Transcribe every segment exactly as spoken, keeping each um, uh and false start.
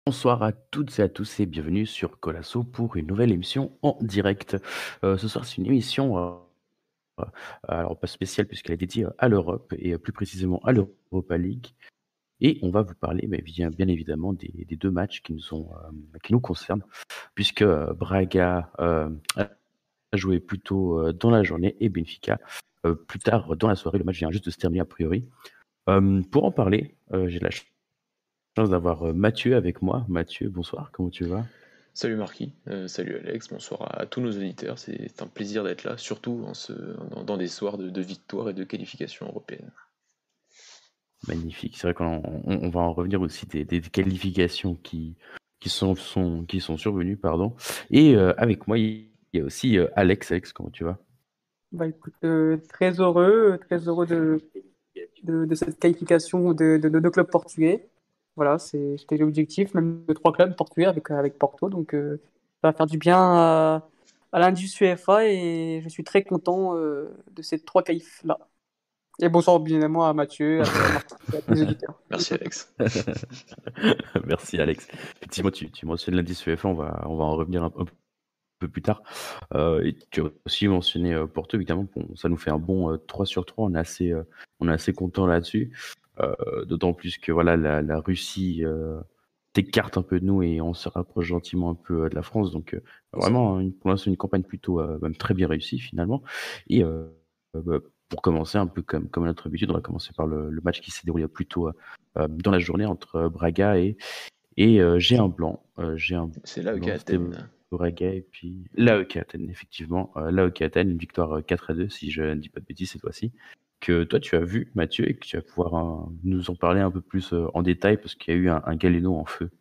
Bonsoir à toutes et à tous et bienvenue sur Colasso pour une nouvelle émission en direct. Heu, ce soir, c'est une émission, heu, heu, alors pas spéciale puisqu'elle est dédiée à l'Europe et heu, plus précisément à l'Europa League et on va vous parler, beh, bien bien évidemment des des deux matchs qui nous ont, hem, qui nous concernent puisque, heu, Braga, hem, a joué plus tôt, heu, dans la journée et Benfica, heu, plus tard dans la soirée. Le match vient juste de se terminer a priori. Hem, pour en parler, heu, j'ai la chance d'avoir, heu, Mathieu avec moi. Mathieu, bonsoir, comment tu vas? Salut Marquis, euh, salut Alex, bonsoir à tous nos auditeurs, c'est un plaisir d'être là, surtout en ce, dans, dans des soirs de, de victoire et de qualification européenne. Magnifique. C'est vrai qu'on on on va en revenir aussi des des qualifications qui qui sont sont qui sont survenues, pardon et heu, avec moi, il y a aussi, heu, Alex. Alex, comment tu vas? Bah écoute, euh, très heureux, euh, très heureux de, de, de cette qualification de, de nos deux clubs portugais. Voilà, c'est- c'était l'objectif, même de trois clubs portugais avec, avec Porto. Donc euh, ça va faire du bien à, à l'indice UEFA et je suis très content euh, de ces trois qualifs-là. Et bonsoir bien évidemment à Mathieu, à toi, Marc, et à tous les auditeurs. Merci Alex. Merci Alex. Effectivement, tu tu mentionnes l'indice UEFA, on va on va en revenir un un peu plus tard. Heu et tu as aussi mentionné, heu, Porto évidemment, bon, ça nous fait un bon, heu, trois sur trois. On est assez, heu, on est assez content là-dessus. Heu, d'autant plus que voilà la la Russie, heu, t'écarte un peu de nous et on se rapproche gentiment un peu, heu, de la France donc heu, C'est ça. vraiment une pour l'instant une campagne plutôt, heu, même très bien réussie finalement et heu, bah, pour commencer un peu comme comme à notre habitude, on va commencer par le le match qui s'est déroulé plus tôt, heu, heu, dans la journée entre, heu, Braga et et heu, j'ai un blanc, heu, j'ai un C'est là qu'à blanc, c'était Athènes. Braga et puis l'A E K Athènes effectivement, heu, l'A E K Athènes, une victoire, heu, quatre à deux si je ne dis pas de bêtises cette fois-ci, que toi tu as vu Mathieu et que tu vas pouvoir, heu, nous en parler un peu plus, heu, en détail parce qu'il y a eu un un Galeno en feu.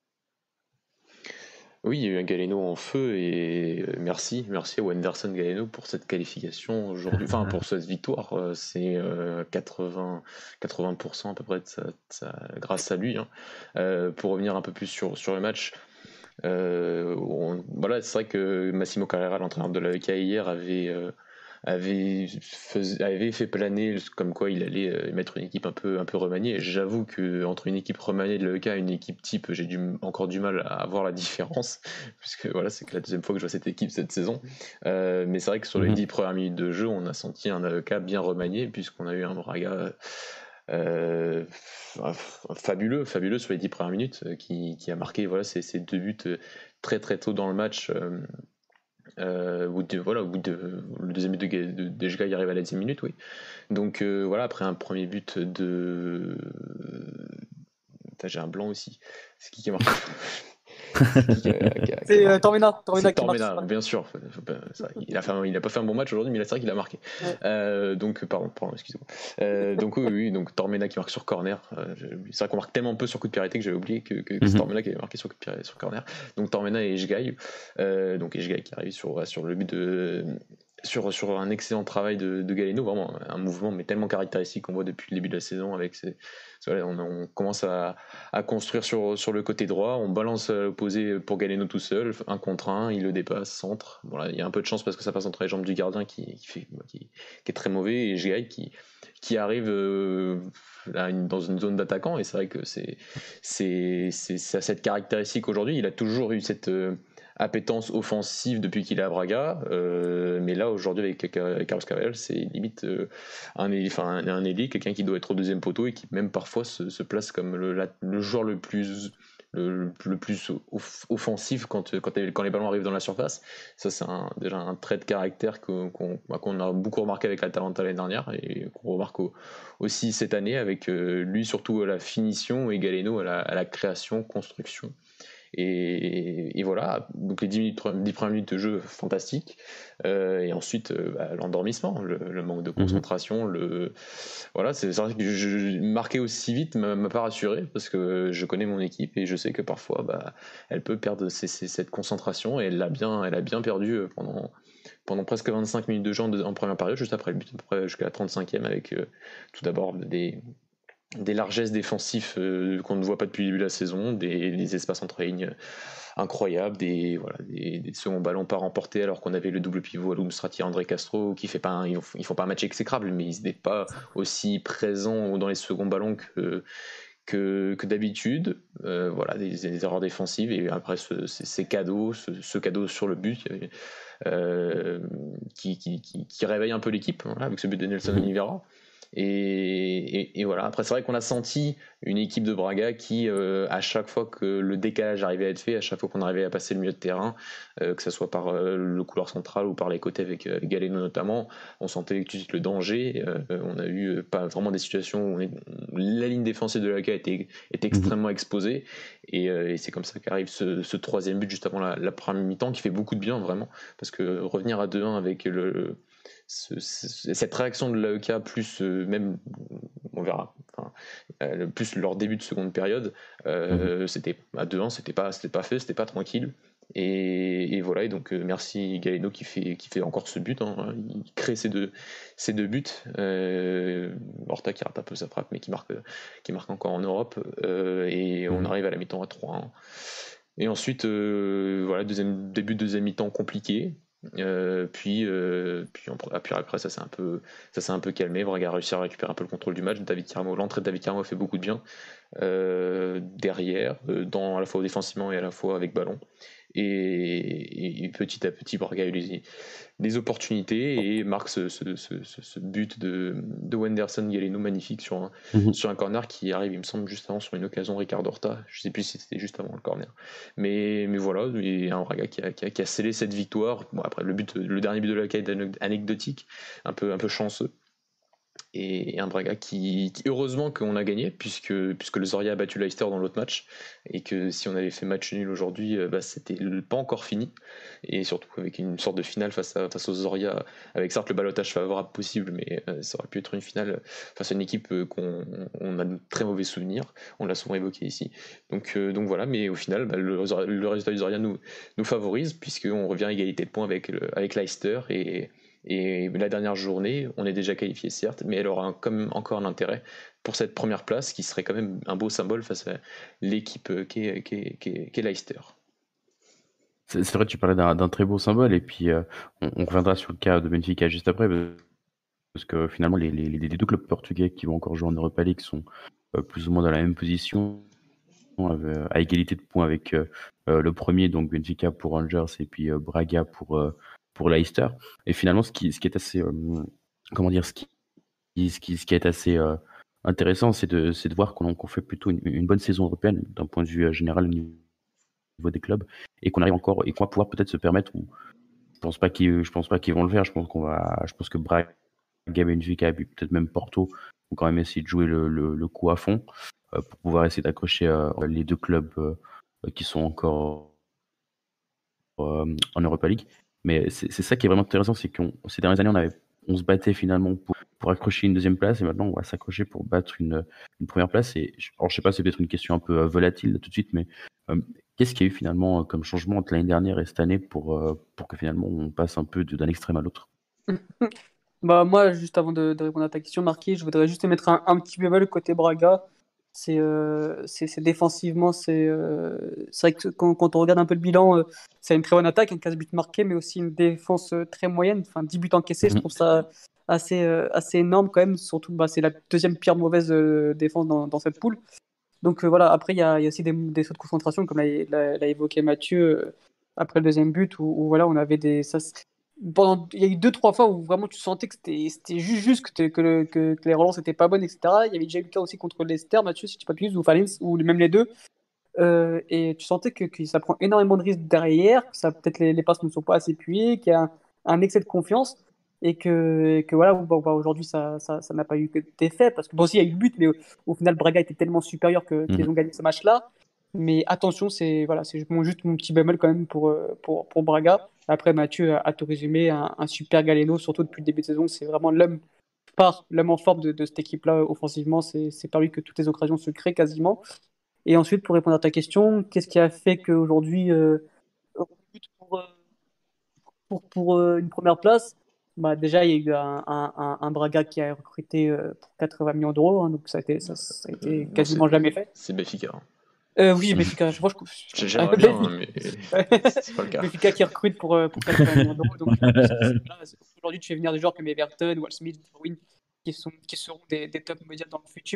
Oui, il y a eu un Galeno en feu et euh, merci, merci à Wenderson Galeno pour cette qualification aujourd'hui, enfin pour cette victoire, euh, c'est euh, quatre-vingts, quatre-vingts pour cent à peu près de sa, de sa- grâce à lui, hein. Euh, pour revenir un peu plus sur, sur le match, Euh, on- voilà, c'est vrai que Massimo Carrera, l'entraîneur de l'A E K hier, avait, euh, avait, fais- avait fait planer comme quoi il allait euh, mettre une équipe un peu, un peu remaniée. J'avoue que entre une équipe remaniée de l'A E K et une équipe type, j'ai du, encore du mal à voir la différence, puisque voilà, c'est que la deuxième fois que je vois cette équipe cette saison. Euh, mais c'est vrai que sur les Mmh. dix premières minutes de jeu, on a senti un A E K bien remanié, puisqu'on a eu un Braga euh, fabuleux, fabuleux sur les dix premières minutes, euh, qui, qui a marqué voilà, ces, ces deux buts euh, très très tôt dans le match. Euh, euh, au bout de, voilà, au bout de, le deuxième but de, Ga- de, de Gega, il arrive à la dixième minute, oui. Donc euh, voilà, après un premier but de. Putain, j'ai un blanc aussi. C'est qui qui a marqué? C'est qui qui a, qui a- qui a C'est euh, marqué? Tormena, Tormena C'est qui marque. Tormena, bien sûr. Faut- faut pas- c'est vrai, il a fait un- il a pas fait un bon match aujourd'hui, mais là, c'est vrai qu'il a marqué. Ouais. Euh, donc, pardon, pardon, excusez-moi. Euh, donc oui, oui, oui, donc Tormena qui marque sur corner. Euh, j'ai oublié. C'est vrai qu'on marque tellement peu sur coup de pied arrêté que j'avais oublié que, que, que c'est Mmh. Tormena qui avait marqué sur coup de pied arrêté- sur corner. Donc Tormena et Eshgaï. Euh, donc Eshgaï qui arrive sur, ouais, sur le but de. Sur, sur un excellent travail de, de Galeno, vraiment un mouvement mais tellement caractéristique qu'on voit depuis le début de la saison avec ses, voilà, on, on commence à, à construire sur, sur le côté droit. On balance à l'opposé pour Galeno tout seul, un contre un, il le dépasse, centre. Bon, là, il y a un peu de chance parce que ça passe entre les jambes du gardien qui, qui, fait, qui, qui est très mauvais et G I qui, qui arrive euh, là, une- dans une zone d'attaquant. Et c'est vrai que c'est, c'est, c'est, c'est cette caractéristique aujourd'hui. Il a toujours eu cette. Euh, appétence offensive depuis qu'il est à Braga, euh, mais là aujourd'hui avec, avec Carlos Carvalhal c'est limite euh, un, enfin, un, un ailier, quelqu'un qui doit être au deuxième poteau et qui même parfois se, se place comme le, la, le joueur le plus le, le plus off- offensif quand, quand, quand, les ballons arrivent dans la surface. Ça c'est un, déjà un trait de caractère qu'on qu'on qu'on a beaucoup remarqué avec l'Atalanta l'année dernière et qu'on remarque au, aussi cette année avec euh, lui surtout à la finition et Galeno à la, à la création, construction. Et, et voilà, donc les dix, minutes, dix premières minutes de jeu, fantastique. Euh, et ensuite, euh, bah, l'endormissement, le, le, manque de Mmh. concentration. Le... Voilà, c'est vrai que je, je, marquer aussi vite ne m'a pas rassuré parce que je connais mon équipe et je sais que parfois, bah, elle peut perdre ses, ses, cette concentration et elle l'a bien, elle a bien perdu pendant, pendant presque vingt-cinq minutes de jeu en, en première période, juste après le but, à peu près jusqu'à la trente-cinquième, avec euh, tout d'abord des des largesses défensives euh, qu'on ne voit pas depuis le début de la saison, des, des espaces entre lignes incroyables, des, voilà, des, des seconds ballons pas remportés alors qu'on avait le double pivot à Strati et André Castro qui fait pas un, ils, font, ils font pas un match exécrable mais ils n'étaient pas aussi présents dans les seconds ballons que, que, que d'habitude. Euh, voilà, des, des erreurs défensives et après ce, ces, ces cadeaux, ce, ce cadeau sur le but euh, qui, qui, qui, qui réveille un peu l'équipe, voilà, avec ce but de Nelson Oliveira. Et, et, et voilà, après c'est vrai qu'on a senti une équipe de Braga qui, euh, à chaque fois que le décalage arrivait à être fait, à chaque fois qu'on arrivait à passer le milieu de terrain, euh, que ce soit par euh, le couloir central ou par les côtés avec, avec Galeno notamment, on sentait tout de suite le danger. Euh, on a eu pas vraiment des situations où on est, la ligne défensive de l'A K était, était extrêmement exposée. Et, euh, et c'est comme ça qu'arrive ce, ce troisième but juste avant la, la première mi-temps qui fait beaucoup de bien vraiment, parce que revenir à deux un avec le Ce, ce, cette réaction de l'A E K plus euh, même on verra enfin, euh, plus leur début de seconde période euh, mmh. c'était à deux un c'était pas, c'était pas fait, c'était pas tranquille et, et voilà et donc euh, merci Galeno qui fait, qui fait encore ce but hein. Il crée ces deux, ces deux buts euh, Horta qui rate un peu sa frappe mais qui marque, qui marque encore en Europe euh, et mmh. on arrive à la mi-temps à trois un et ensuite euh, voilà deuxième, début de deuxième mi-temps compliqué. Euh, puis, euh, puis, on, puis après ça s'est un peu ça s'est un peu calmé. Braga a réussi à récupérer un peu le contrôle du match. David Carmo, l'entrée de David Carmo a fait beaucoup de bien euh, derrière, dans, à la fois défensivement et à la fois avec ballon. Et, et petit à petit, Braga a eu les, les opportunités et marque ce, ce, ce, ce but de, de Wenderson Galeno magnifique sur un, mmh. sur un corner qui arrive, il me semble, juste avant sur une occasion Ricardo Horta. Je ne sais plus si c'était juste avant le corner. Mais, mais voilà, il y a un Braga qui a, qui, a, qui a scellé cette victoire. Bon, après, le, but, le dernier but de la K est anecdotique, un peu, un peu chanceux. Et un Braga qui, qui heureusement qu'on a gagné puisque, puisque le Zorya a battu Leicester dans l'autre match et que si on avait fait match nul aujourd'hui bah, c'était pas encore fini et surtout avec une sorte de finale face, à, face au Zorya avec certes le ballottage favorable possible mais euh, ça aurait pu être une finale face à une équipe euh, qu'on on a de très mauvais souvenirs, on l'a souvent évoqué ici donc, euh, donc voilà mais au final bah, le, le résultat du Zorya nous, nous favorise puisqu'on revient à égalité de points avec, le, avec Leicester et Et la dernière journée, on est déjà qualifié certes, mais elle aura quand même encore un intérêt pour cette première place qui serait quand même un beau symbole face à l'équipe qui est, qui est, qui est, qui est Leicester. C'est, c'est vrai que tu parlais d'un, d'un très beau symbole et puis euh, on, on reviendra sur le cas de Benfica juste après parce que finalement les, les, les deux clubs portugais qui vont encore jouer en Europa League sont euh, plus ou moins dans la même position euh, à égalité de points avec euh, le premier, donc Benfica pour Rangers et puis euh, Braga pour... Euh, pour Leicester. Et finalement, ce qui, ce qui est assez, euh, comment dire, ce qui, ce qui, ce qui est assez euh, intéressant, c'est de, c'est de voir qu'on, qu'on fait plutôt une, une bonne saison européenne d'un point de vue euh, général au niveau des clubs et qu'on arrive encore et qu'on va pouvoir peut-être se permettre. Ou, je pense pas qu'ils, je pense pas qu'ils vont le faire. Je pense qu'on va, je pense que Braga, Benfica et puis peut-être même Porto vont quand même essayer de jouer le, le, le coup à fond euh, pour pouvoir essayer d'accrocher euh, les deux clubs euh, qui sont encore euh, en Europa League. Mais c'est, c'est ça qui est vraiment intéressant, c'est que ces dernières années, on, avait, on se battait finalement pour, pour accrocher une deuxième place, et maintenant on va s'accrocher pour battre une, une première place. Et alors, je sais pas, c'est peut-être une question un peu euh, volatile tout de suite, mais euh, qu'est-ce qu'il y a eu finalement euh, comme changement entre l'année dernière et cette année pour, euh, pour que finalement on passe un peu de, d'un extrême à l'autre? Bah moi, juste avant de, de répondre à ta question, Marquis, je voudrais juste mettre un, un petit bémol côté Braga. C'est, euh, c'est, c'est défensivement, c'est, euh, c'est vrai que quand, quand on regarde un peu le bilan, euh, c'est une très bonne attaque, un quinze buts marqués, mais aussi une défense euh, très moyenne, enfin dix buts encaissés, je trouve ça assez, euh, assez énorme quand même, surtout bah, c'est la deuxième pire mauvaise euh, défense dans, dans cette poule. Donc euh, voilà, après il y a, y a aussi des, des sauts de concentration, comme l'a, l'a, l'a évoqué Mathieu, euh, après le deuxième but, où, où voilà, on avait des... Ça, pendant, il y a eu deux trois fois où vraiment tu sentais que c'était, c'était juste, juste que, que, le, que, que les relances n'étaient pas bonnes, et cetera. Il y avait déjà eu le cas aussi contre Leicester, Mathieu, si tu ne pas ou Valence, ou même les deux. Euh, et tu sentais que, que ça prend énormément de risques derrière, que ça, peut-être les, les passes ne sont pas assez appuyées, qu'il y a un, un excès de confiance, et que, que voilà, bon, bah, aujourd'hui ça, ça, ça n'a pas eu d'effet, parce que bon, si, il y a eu le but, mais au, au final, Braga était tellement supérieur que, qu'ils ont gagné ce match-là. Mais attention, c'est voilà, c'est juste mon, juste mon petit bémol quand même pour, pour, pour Braga. Après, Mathieu a, a tout résumé, un, un super Galeno, surtout depuis le début de saison. C'est vraiment l'homme par l'homme en forme de, de cette équipe-là offensivement. C'est, c'est par lui que toutes les occasions se créent quasiment. Et ensuite, pour répondre à ta question, qu'est-ce qui a fait qu'aujourd'hui, euh, on lutte pour, pour, pour euh, une première place? Bah, déjà, il y a eu un, un, un Braga qui a recruté euh, pour quatre-vingts millions d'euros, hein, donc ça a été, ça, ça a été quasiment non, jamais fait. C'est Benfica. Euh, oui, Benfica, je, je, J'aimerais bien, hein, mais c'est pas le cas. Benfica qui recrute pour, pour quatre-vingts millions d'euros. Donc, là, aujourd'hui, tu fais venir des joueurs comme Everton, Wall Smith, Darwin, qui, sont, qui seront des, des top médias dans le futur.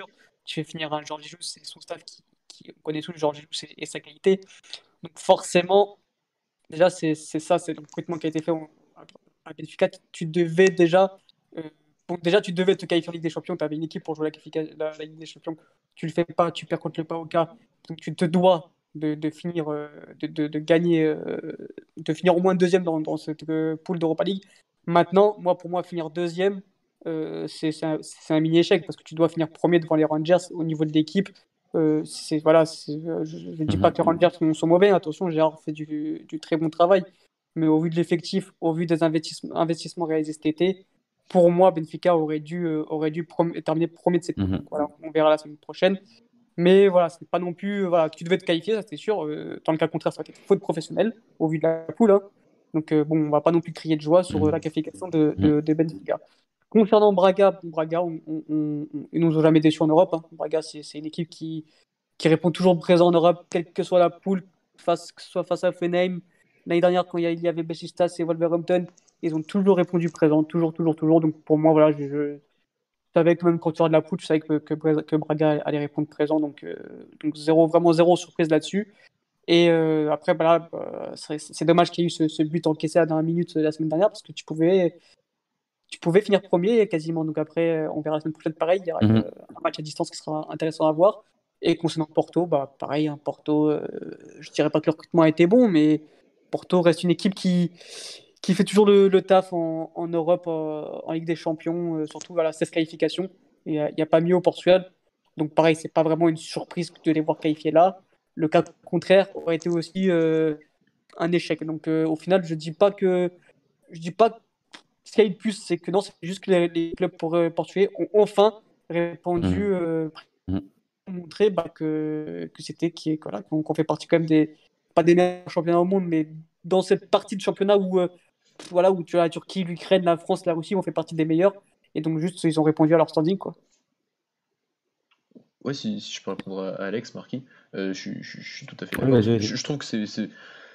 tu fais finir un Georges Jesus, c'est son staff qui, qui on connaît tous Georges Jesus et, et sa qualité. Donc forcément, déjà, c'est c'est ça, c'est le recrutement qui a été fait en- à Benfica. Tu devais déjà, euh, bon, déjà, tu devais te qualifier en Ligue des Champions. Tu avais une équipe pour jouer la, qualifica- la, la Ligue des Champions. Tu le fais pas, tu perds contre le P A O K. Donc tu te dois de, de finir, euh, de, de, de gagner, euh, de finir au moins deuxième dans, dans cette euh, poule d'Europa League. Maintenant, moi, pour moi, finir deuxième, euh, c'est c'est un, c'est un mini-échec parce que tu dois finir premier devant les Rangers au niveau de l'équipe. Euh, c'est, voilà, c'est- euh, je ne dis pas Mhm. que les Rangers sont, sont mauvais, attention, Gérard fait du, du très bon travail, mais au vu de l'effectif, au vu des investissements, investissements réalisés cet été, pour moi, Benfica aurait dû, euh, aurait dû prom- terminer premier de cette poule. Donc, Mhm. voilà, on verra la semaine prochaine. Mais voilà, c'est pas non plus. euh, Voilà, tu devais te qualifier, ça c'est sûr. Euh, dans le cas contraire, ça aurait été faute professionnelle, au vu de la poule, hein. Donc euh, bon, on va pas non plus crier de joie sur euh, la Mhm. qualification de, Mhm. de, de Benfica. Concernant Braga, bon, Braga, on, on, on- on- ils nous ont jamais déçus en Europe, hein. Braga, c'est c'est une équipe qui, qui répond toujours présent en Europe, quelle que soit la poule, face, que ce soit face à Fenheim. L'année dernière, quand il y a- il y avait Besiktas et Wolverhampton, ils ont toujours répondu présent, toujours, toujours, toujours. Donc pour moi, voilà, je, je savais que même quand tu sors de la poule, tu savais que, que, Bra- que Braga allait répondre présent. Donc, euh, donc zéro, vraiment zéro surprise là-dessus. Et euh, après, voilà, bah, c'est c'est dommage qu'il y ait eu ce, ce but encaissé à la dernière minute euh, la semaine dernière parce que tu pouvais, tu pouvais finir premier quasiment. Donc après, on verra la semaine prochaine pareil. Il y aura une- Mhm. un match à distance qui sera intéressant à voir. Et concernant Porto, bah, pareil, hein, Porto, euh, je dirais pas que le recrutement a été bon, mais Porto reste une équipe qui, qui fait toujours le, le taf en, en Europe, euh, en Ligue des Champions, euh, surtout voilà, seize qualifications. Il n'y a, il y a pas mieux au Portugal. Donc pareil, c'est pas vraiment une surprise de les voir qualifiés là. Le cas contraire aurait été aussi euh, un échec. Donc euh, au final, je dis pas que je dis pas que ce qu'il y a eu de plus, c'est que non, c'est juste que les, les clubs pour, euh, portugais ont enfin répondu, Mhm. euh, Mhm. montré bah, que, que c'était qui est voilà, qu'on qu'on fait partie quand même des pas des meilleurs championnats au monde, mais dans cette partie de championnat où euh, voilà où tu as la Turquie, l'Ukraine, la France, la Russie, on fait partie des meilleurs. Et donc juste ils ont répondu à leur standing quoi. Ouais, si, si je peux répondre à Alex, Marquis, euh, je, suis- je suis je suis tout à fait Oui, d'accord. vas-y, Je, vas-y. je trouve que c'est, c'est-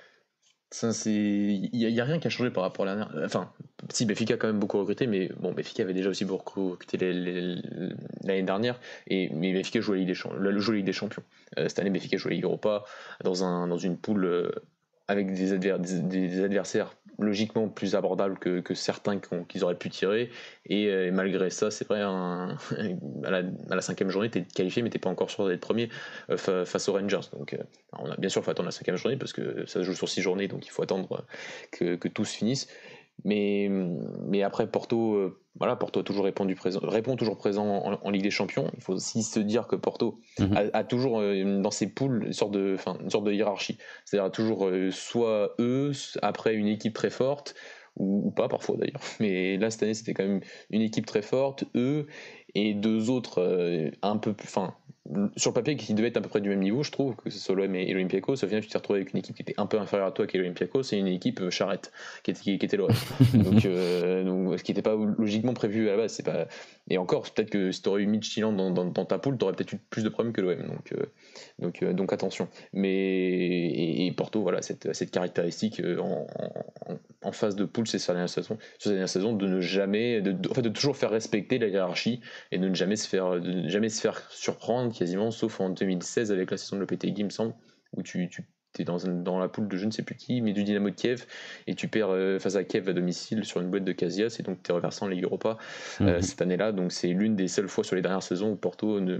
ça, c'est, il y, a il y a rien qui a changé par rapport à la dernière. Enfin, si Benfica a quand même beaucoup recruté, mais bon, Benfica avait déjà aussi beaucoup recruté les- les- l'année dernière, et mais Benfica jouait la Ligue des Champions. Le jeu Ligue des Champions. Euh, cette année, Benfica jouait la Ligue Europa dans un dans une poule euh, avec des, adver- des- des adversaires logiquement plus abordables que, que certains qu'on- qu'ils auraient pu tirer. Et, euh, et malgré ça, c'est vrai, un- à, la, à la cinquième journée, tu es qualifié, mais tu pas encore sûr d'être premier euh, fa- face aux Rangers. Donc, euh, on a bien sûr, il faut attendre la cinquième journée parce que ça se joue sur six journées, donc il faut attendre euh, que, que tout se finisse. Mais, mais après, Porto, euh, voilà, Porto a toujours répondu présent, répond toujours présent en, en Ligue des Champions. Il faut aussi se dire que Porto Mhm. a, a toujours euh, dans ses poules une sorte de, enfin, une sorte de hiérarchie. C'est-à-dire toujours euh, soit eux, après une équipe très forte, ou, ou pas parfois d'ailleurs. Mais là, cette année, c'était quand même une équipe très forte, eux, et deux autres euh, un peu plus. Enfin, sur le papier, qui devaient être à peu près du même niveau, je trouve, que ce soit l'O M et l'Olympiakos. Au final, tu t'es retrouvé avec une équipe qui était un peu inférieure à toi, qui est l'Olympiakos, et une équipe euh, charrette, qui était, qui, qui était l'O M. Donc, euh, donc, ce qui n'était pas logiquement prévu à la base. C'est pas... Et encore, peut-être que si tu aurais eu Midtjylland dans, dans, dans ta poule, tu aurais peut-être eu plus de problèmes que l'O M. Donc, euh, donc, euh, donc attention. Mais, et, et Porto, voilà, cette, cette caractéristique euh, en, en, en phase de poule, c'est sa dernière saison, sur sa dernière saison, de ne jamais, de, de, en fait, de toujours faire respecter la hiérarchie et de ne jamais se faire, de ne jamais se faire surprendre quasiment, sauf en deux mille seize avec la saison de l'O P T G, il me semble, où tu, tu es dans, dans la poule de je ne sais plus qui, mais du Dynamo de Kiev, et tu perds euh, face à Kiev à domicile sur une boîte de Casillas, et donc tu es reversé en Ligue Europa euh, Mhm. cette année-là. Donc c'est l'une des seules fois sur les dernières saisons où Porto ne,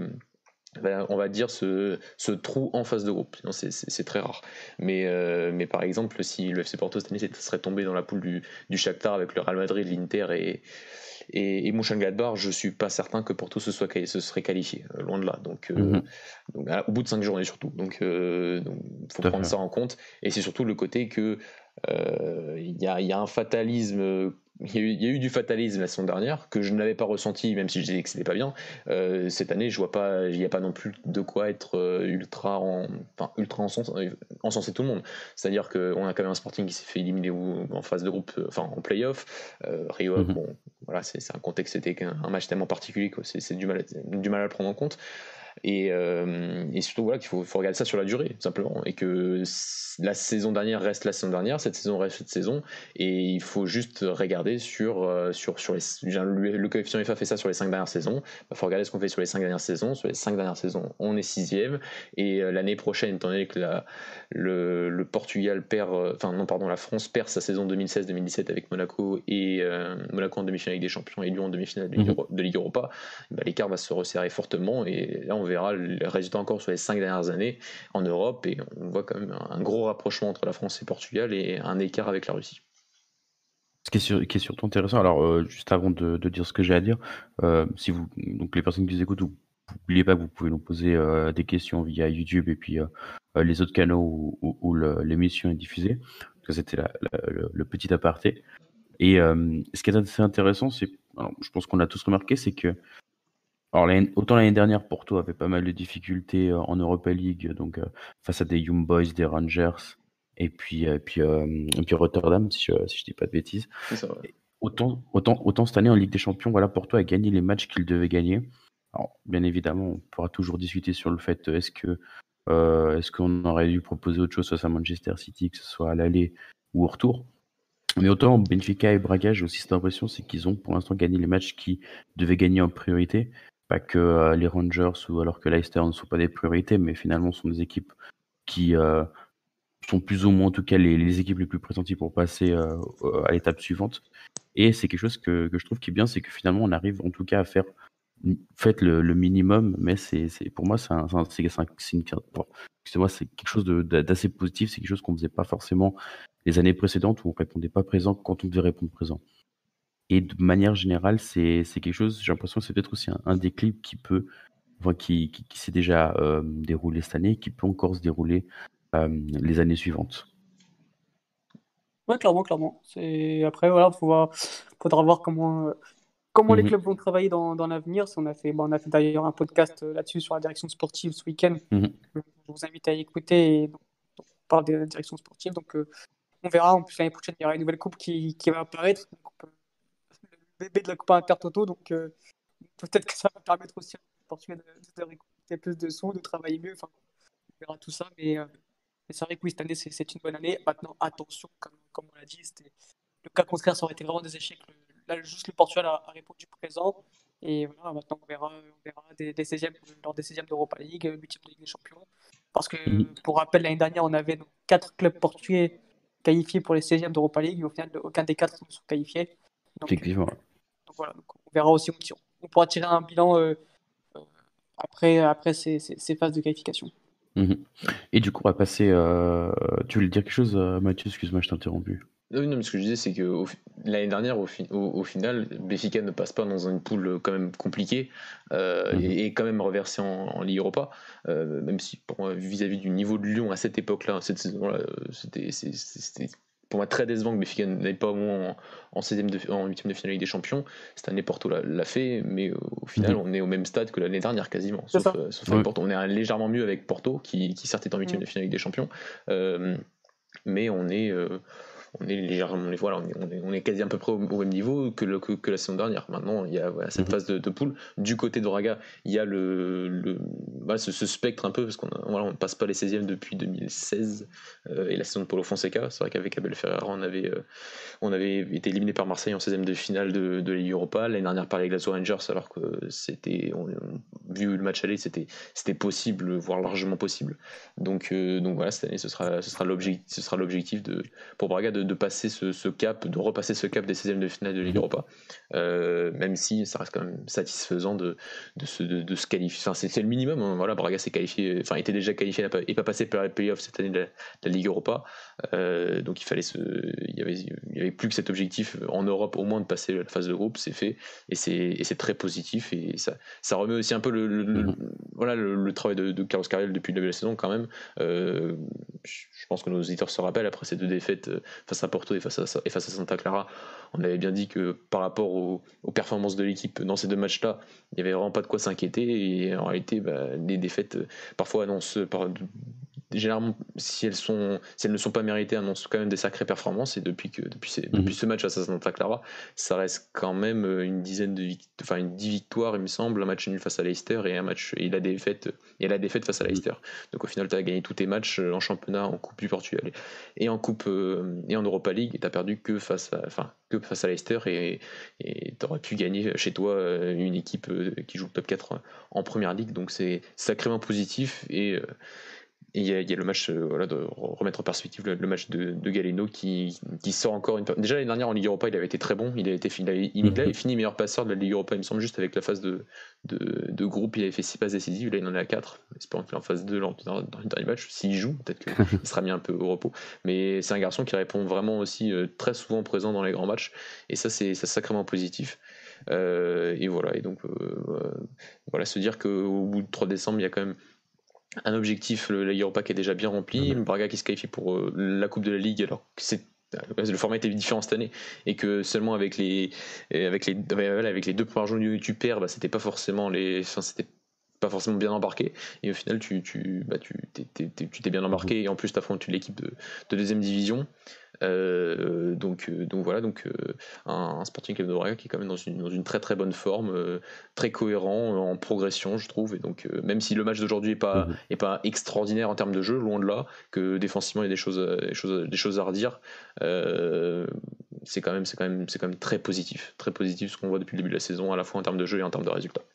on va dire ce, ce trou en phase de groupe. Sinon, c'est, c'est, c'est très rare. Mais, euh, mais par exemple, si le F C Porto cette année serait tombé dans la poule du, du Shakhtar avec le Real Madrid, l'Inter et, et, et Mönchengladbach, je suis pas certain que Porto se, soit, se serait qualifié, euh, loin de là. Donc, euh, Mhm. donc à- au bout de cinq journées surtout. Donc, euh, donc faut Tout à prendre fait. ça en compte. Et c'est surtout le côté que euh, il y, a, il y a un fatalisme. Il y, a eu, il y a eu du fatalisme la saison dernière que je n'avais pas ressenti, même si je disais que c'était pas bien. Euh, cette année, je vois pas, il n'y a pas non plus de quoi être euh, ultra, en, enfin ultra encens- encensé tout le monde. C'est-à-dire qu'on a quand même un Sporting qui s'est fait éliminer ou- en phase de groupe, euh, enfin en play-off. Euh, Rio, Mhm. bon, voilà, c'est, c'est un contexte, c'était un, un match tellement particulier que c'est, c'est du mal, à- du mal à le prendre en compte. et, euh, et surtout voilà qu'il faut, faut regarder ça sur la durée tout simplement, et que la saison dernière reste la saison dernière, cette saison reste cette saison, et il faut juste regarder sur, euh, sur, sur les, le, le coefficient F A fait ça sur les cinq dernières saisons, il faut regarder ce qu'on fait sur les cinq dernières saisons. Sur les cinq dernières saisons on est sixième, et euh, l'année prochaine, étant donné que la, le, le Portugal perd, enfin euh, non pardon la France perd sa saison deux mille seize deux mille dix-sept avec Monaco, et euh, Monaco en demi-finale avec des champions et Lyon en demi-finale de, mmh. de Ligue Europa, bah, l'écart va se resserrer fortement, et là on verra les résultats encore sur les cinq dernières années en Europe, et on voit quand même un gros rapprochement entre la France et Portugal et un écart avec la Russie. Ce qui est, sur, qui est surtout intéressant, alors euh, juste avant de, de dire ce que j'ai à dire, euh, si vous, donc les personnes qui nous écoutent, n'oubliez pas que vous pouvez nous poser euh, des questions via YouTube et puis euh, les autres canaux où, où, où le, l'émission est diffusée. Donc c'était la, la, le, le petit aparté. Et euh, ce qui est assez intéressant, c'est, alors, je pense qu'on a tous remarqué, c'est que alors, l'année, autant l'année dernière, Porto avait pas mal de difficultés euh, en Europa League, donc euh, face à des Young Boys, des Rangers, et puis, euh, puis, euh, et puis Rotterdam, si je si je dis pas de bêtises. C'est ça, ouais. Autant, autant, autant cette année en Ligue des Champions, voilà, Porto a gagné les matchs qu'il devait gagner. Alors, bien évidemment, on pourra toujours discuter sur le fait est-ce que euh, est-ce qu'on aurait dû proposer autre chose face à Manchester City, que ce soit à l'aller ou au retour. Mais autant Benfica et Braga, j'ai aussi cette impression, c'est qu'ils ont pour l'instant gagné les matchs qu'ils devaient gagner en priorité. Pas que euh, les Rangers ou alors que Leicester ne sont pas des priorités, mais finalement sont des équipes qui euh, sont plus ou moins en tout cas les, les équipes les plus pressenties pour passer euh, à l'étape suivante. Et c'est quelque chose que, que je trouve qui est bien, c'est que finalement on arrive en tout cas à faire faites le, le minimum, mais c'est, c'est pour moi c'est un, c'est, un, c'est, un, c'est, une, bon, excusez-moi, c'est quelque chose de, d'assez positif, c'est quelque chose qu'on faisait pas forcément les années précédentes où on répondait pas présent quand on devait répondre présent. Et de manière générale, c'est, c'est quelque chose, j'ai l'impression que c'est peut-être aussi un, un déclic qui peut, enfin, qui, qui, qui s'est déjà euh, déroulé cette année, qui peut encore se dérouler euh, les années suivantes. Ouais, clairement, clairement. C'est... Après, voilà, il voir... faudra voir comment, euh, comment mm-hmm. les clubs vont travailler dans, dans l'avenir. On a fait, bon, on a fait d'ailleurs un podcast là-dessus sur la direction sportive ce week-end. Mm-hmm. Je vous invite à y écouter. Et donc, on parle de la direction sportive. Donc, euh, on verra. En plus, l'année prochaine, il y aura une nouvelle coupe qui, qui va apparaître. Coupe, le bébé de la Coupe Intertoto. Donc, euh, peut-être que ça va permettre aussi à Portugal de, de, de récolter plus de sous, de travailler mieux. Enfin, on verra tout ça. Mais. Euh, Mais c'est vrai que oui, cette année, c'est, c'est une bonne année. Maintenant, attention, comme, comme on l'a dit, c'était, le cas contraire, ça aurait été vraiment des échecs. Le, là, juste le Portugal a, a répondu présent. Et voilà, maintenant, on verra, on verra des, des seizièmes, lors des seizièmes d'Europa League, huitièmes de Ligue des Champions. Parce que, mm-hmm. pour rappel, l'année dernière, on avait donc, quatre clubs portugais qualifiés pour les seizièmes d'Europa League. Et au final, aucun des quatre ne sont qualifiés. Donc, Effectivement. Euh, donc voilà, donc, on verra aussi. On, on pourra tirer un bilan euh, euh, après, après ces, ces, ces phases de qualification. Mmh. Et du coup, on va passer. Euh... Tu voulais dire quelque chose, Mathieu? Excuse-moi, je t'ai interrompu. Non, non, mais ce que je disais, c'est que au, l'année dernière, au, fi, au, au final, Benfica ne passe pas dans une poule quand même compliquée euh, mmh. et, et quand même reversé en, en Ligue Europa, euh, même si pour moi, vis-à-vis du niveau de Lyon à cette époque-là, cette saison-là, c'était, c'était, c'était pour moi très décevant que Benfica n'aille pas au moins en, en seizième de, en huitième de finale Ligue des Champions. Cette année, Porto l'a, l'a fait, mais au final, mmh. on est au même stade que l'année dernière quasiment, sauf, euh, sauf ouais. avec Porto. On est légèrement mieux avec Porto, qui, qui certes est en huitième mmh. de finale Ligue des Champions, euh, mais on est euh, on est légèrement, voilà, on est, on est, on est quasi à peu près au, au même niveau que, le, que, que la saison dernière. Maintenant, il y a voilà, cette mmh. phase de, de poule. Du côté de Braga, il y a le, le voilà, ce, ce spectre un peu, parce qu'on voilà, ne passe pas les seizièmes depuis deux mille seize, euh, et la saison de Paulo Fonseca. C'est vrai qu'avec Abel Ferreira, on avait, euh, on avait été éliminé par Marseille en seizième de finale de, de Ligue Europa. L'année dernière par les Glasgow Rangers, alors que c'était, on, on, vu le match aller, c'était, c'était possible, voire largement possible. Donc, euh, donc voilà, cette année, ce sera, ce sera l'objectif, ce sera l'objectif de, pour Braga de de passer ce, ce cap, de repasser ce cap des seizièmes de finale de Ligue Europa, euh, même si ça reste quand même satisfaisant de, de, se, de, de se qualifier. Enfin, c'est, c'est le minimum. Hein. Voilà, Braga s'est qualifié, enfin, était déjà qualifié et pas passé par les playoffs cette année de la, de la Ligue Europa. Euh, donc il fallait se, il y avait, il y avait plus que cet objectif en Europe, au moins de passer la phase de groupe. C'est fait et c'est, et c'est très positif et ça, ça remet aussi un peu le, le, le voilà le, le travail de, de Carlos Carriel depuis le début de la saison quand même. Euh, je pense que nos auditeurs se rappellent après ces deux défaites face à Porto et face à, et face à Santa Clara, on avait bien dit que par rapport aux, aux performances de l'équipe dans ces deux matchs-là, il n'y avait vraiment pas de quoi s'inquiéter et en réalité, bah, les défaites parfois annoncent par généralement, si elles, sont, si elles ne sont pas méritées, annoncent quand même des sacrées performances. Et depuis, que, depuis, ces, mmh. depuis ce match à Santa Clara, ça reste quand même une dizaine de victoires, enfin une dix victoires, il me semble, un match nul face à Leicester et un match et la défaite, et la défaite face à Leicester. Mmh. Donc au final, tu as gagné tous tes matchs en championnat, en Coupe du Portugal et en Coupe euh, et en Europa League, et tu as perdu que face à, enfin, que face à Leicester, et tu aurais pu gagner chez toi une équipe qui joue le top quatre en première ligue. Donc c'est sacrément positif. Et euh, Et il y, y a le match, euh, voilà, de remettre en perspective le, le match de, de Galeno qui, qui sort encore une. Déjà l'année dernière en Ligue Europa, il avait été très bon. Il, a été, il, avait, il, il avait fini meilleur passeur de la Ligue Europa, il me semble, juste avec la phase de, de, de groupe. Il avait fait six passes décisives. Là, il en est à quatre. Espérons qu'il est en phase deux dans, dans, dans le dernier match. S'il joue, peut-être qu'il sera mis un peu au repos. Mais c'est un garçon qui répond vraiment aussi euh, très souvent présent dans les grands matchs. Et ça, c'est sacrément positif. Euh, et voilà. Et donc, euh, voilà, se dire qu'au bout du trois décembre, il y a quand même un objectif, la Ligue Europa qui est déjà bien rempli, mmh. Braga qui se qualifie pour euh, la Coupe de la Ligue, alors que c'est le format était différent cette année, et que seulement avec les avec les avec les deux premières journées où tu perds, bah, c'était pas forcément les, enfin, c'était pas forcément bien embarqué, et au final tu tu bah, tu t'es, t'es, t'es, tu t'es bien embarqué, mmh. et en plus t'affrontes l'équipe de, de deuxième division. Euh, donc, donc voilà, donc euh, un, un Sporting Club de Braga qui est quand même dans une, dans une très très bonne forme, euh, très cohérent, euh, en progression, je trouve. Et donc euh, même si le match d'aujourd'hui est pas mmh. est pas extraordinaire en termes de jeu, loin de là, que défensivement il y a des choses des choses des choses à redire, euh, c'est quand même c'est quand même c'est quand même très positif, très positif ce qu'on voit depuis le début de la saison, à la fois en termes de jeu et en termes de résultats.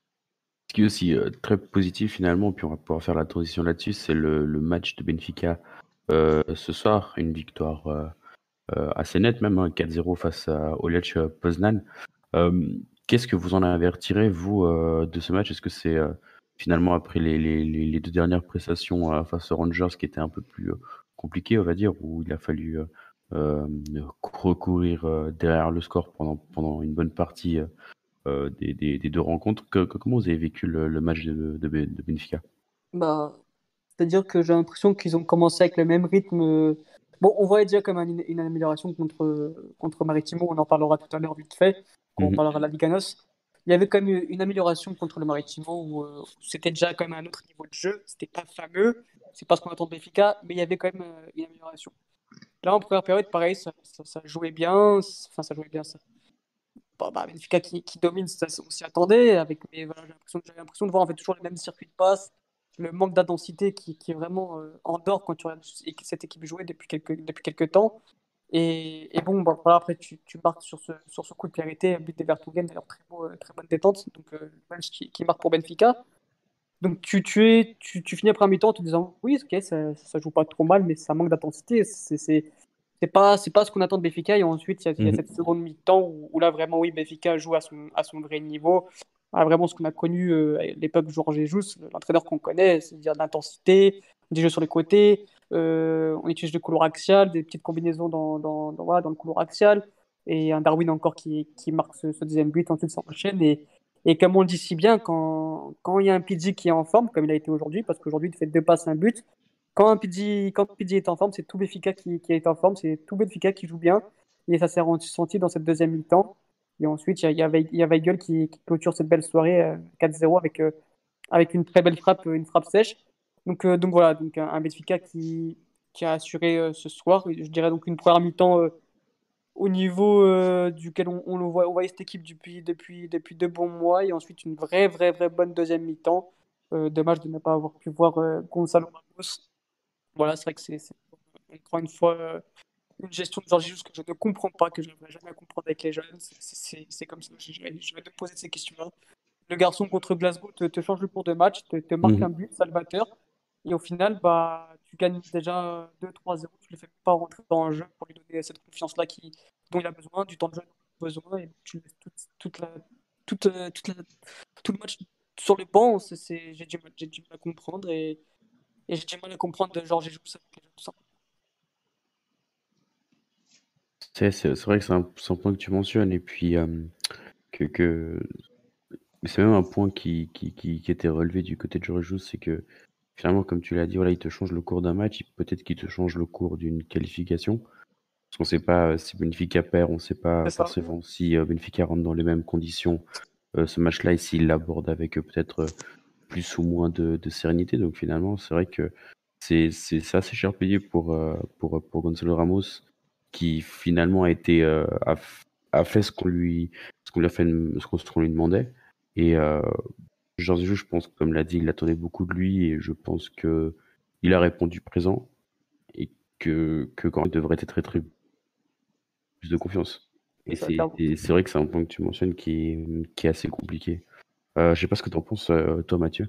Ce qui est aussi euh, très positif finalement, puis on va pouvoir faire la transition là-dessus, c'est le, le match de Benfica euh, ce soir, une victoire euh, euh, assez nette même, hein, quatre zéro face à, au Lech Poznan. Euh, Qu'est-ce que vous en avez retiré, vous, euh, de ce match? Est-ce que c'est euh, finalement, après les, les, les deux dernières prestations euh, face aux Rangers, qui étaient un peu plus euh, compliquées, on va dire, où il a fallu euh, euh, recourir euh, derrière le score pendant, pendant une bonne partie euh, des, des, des deux rencontres, que, que, comment vous avez vécu le, le match de, de, de Benfica? Bah, c'est-à-dire que j'ai l'impression qu'ils ont commencé avec le même rythme. Bon, on voyait déjà comme une, une amélioration contre, contre Maritimo, on en parlera tout à l'heure vite fait, quand mm-hmm. on parlera de la Liganos. Il y avait quand même une amélioration contre le Maritimo où, où c'était déjà quand même un autre niveau de jeu. C'était pas fameux, c'est pas ce qu'on attend de Benfica, mais il y avait quand même une amélioration. Là, en première période, pareil, ça, ça, ça jouait bien. Enfin, ça jouait bien, ça. Bon, bah, Benfica qui, qui domine, ça, on s'y attendait. Avec, mais voilà, j'avais l'impression de voir en fait toujours les mêmes circuits de passe. Le manque d'intensité qui, qui est vraiment euh, en dehors quand tu regardes cette équipe jouer depuis quelques, depuis quelques temps. Et, et bon, bah, voilà, après, tu, tu marques sur ce, sur ce coup de clarité, but des Vertonghen, d'ailleurs, très, beau, très bonne détente. Donc, euh, match qui, qui marque pour Benfica. Donc, tu, tu, es, tu, tu finis après un mi-temps en te disant oui, ok, ça, ça joue pas trop mal, mais ça manque d'intensité. C'est, c'est, c'est pas, c'est pas ce qu'on attend de Benfica. Et ensuite, il y a, mm-hmm. y a cette seconde mi-temps où, où là, vraiment, oui, Benfica joue à son, à son vrai niveau. Ah, vraiment ce qu'on a connu euh, à l'époque Jorge Jesus, l'entraîneur qu'on connaît, c'est-à-dire d'intensité, des jeux sur les côtés, euh, on utilise le couloir axial, des petites combinaisons dans, dans, dans, voilà, dans le couloir axial, et un Darwin encore qui, qui marque ce, ce deuxième but, ensuite ça enchaîne, et, et comme on le dit si bien, quand, quand il y a un Pizzi qui est en forme, comme il a été aujourd'hui, parce qu'aujourd'hui il fait deux passes, un but, quand un Pizzi, quand Pizzi est en forme, c'est tout Benfica qui, qui est en forme, c'est tout Benfica qui joue bien, et ça s'est ressenti dans cette deuxième mi-temps. Et ensuite, il y, y, y a Weigl qui, qui clôture cette belle soirée euh, quatre zéro avec, euh, avec une très belle frappe, une frappe sèche. Donc, euh, donc voilà, donc un, un Benfica qui, qui a assuré euh, ce soir. Je dirais donc une première mi-temps euh, au niveau euh, duquel on, on, le voit, on voit cette équipe depuis, depuis, depuis deux bons mois. Et ensuite, une vraie, vraie, vraie bonne deuxième mi-temps. Euh, dommage de ne pas avoir pu voir euh, Gonzalo Ramos. Voilà, c'est vrai que c'est, encore une fois, euh, une gestion de Jorge Jesus que je ne comprends pas, que je n'arriverai jamais à comprendre avec les jeunes. C'est, c'est comme ça, je, je, vais, je vais te poser ces questions-là. Le garçon contre Glasgow te, te change le cours de match, te, te marque mm-hmm. un but salvateur, et au final, bah, tu gagnes déjà deux trois zéro, tu ne le fais pas rentrer dans un jeu pour lui donner cette confiance-là qui, dont il a besoin, du temps de jeu dont il a besoin, et tu laisses toute, toute la, toute, toute la, tout le match sur le banc. C'est, c'est, j'ai, du mal, j'ai du mal à comprendre, et, et j'ai du mal à comprendre de Jorge Jesus avec les jeunes, tout ça. C'est, c'est, c'est vrai que c'est un, c'est un point que tu mentionnes, et puis euh, que, que c'est même un point qui, qui, qui, qui était relevé du côté de Jorge Jesus, c'est que finalement, comme tu l'as dit, voilà, il te change le cours d'un match, peut-être qu'il te change le cours d'une qualification, parce qu'on ne sait pas si Benfica perd, on ne sait pas c'est forcément ça. Si euh, Benfica rentre dans les mêmes conditions euh, ce match-là, et s'il l'aborde avec euh, peut-être euh, plus ou moins de, de sérénité. Donc finalement, c'est vrai que c'est c'est c'est assez cher payé pour, heu, pour, pour Gonzalo Ramos qui finalement a été, heu, a f a fait ce qu'on lui ce qu'on lui a fait ce qu'on ce qu'on lui demandait et heu, Georges Jesus, je pense, comme l'a dit, il attendait beaucoup de lui et je pense qu'il a répondu présent et que que quand il devrait être très, très plus de confiance et Ça, c'est clairement. et c'est vrai que c'est un point que tu mentionnes qui est, mmh, qui est assez compliqué. Heu, je sais pas ce que tu en penses, heu, toi Mathieu?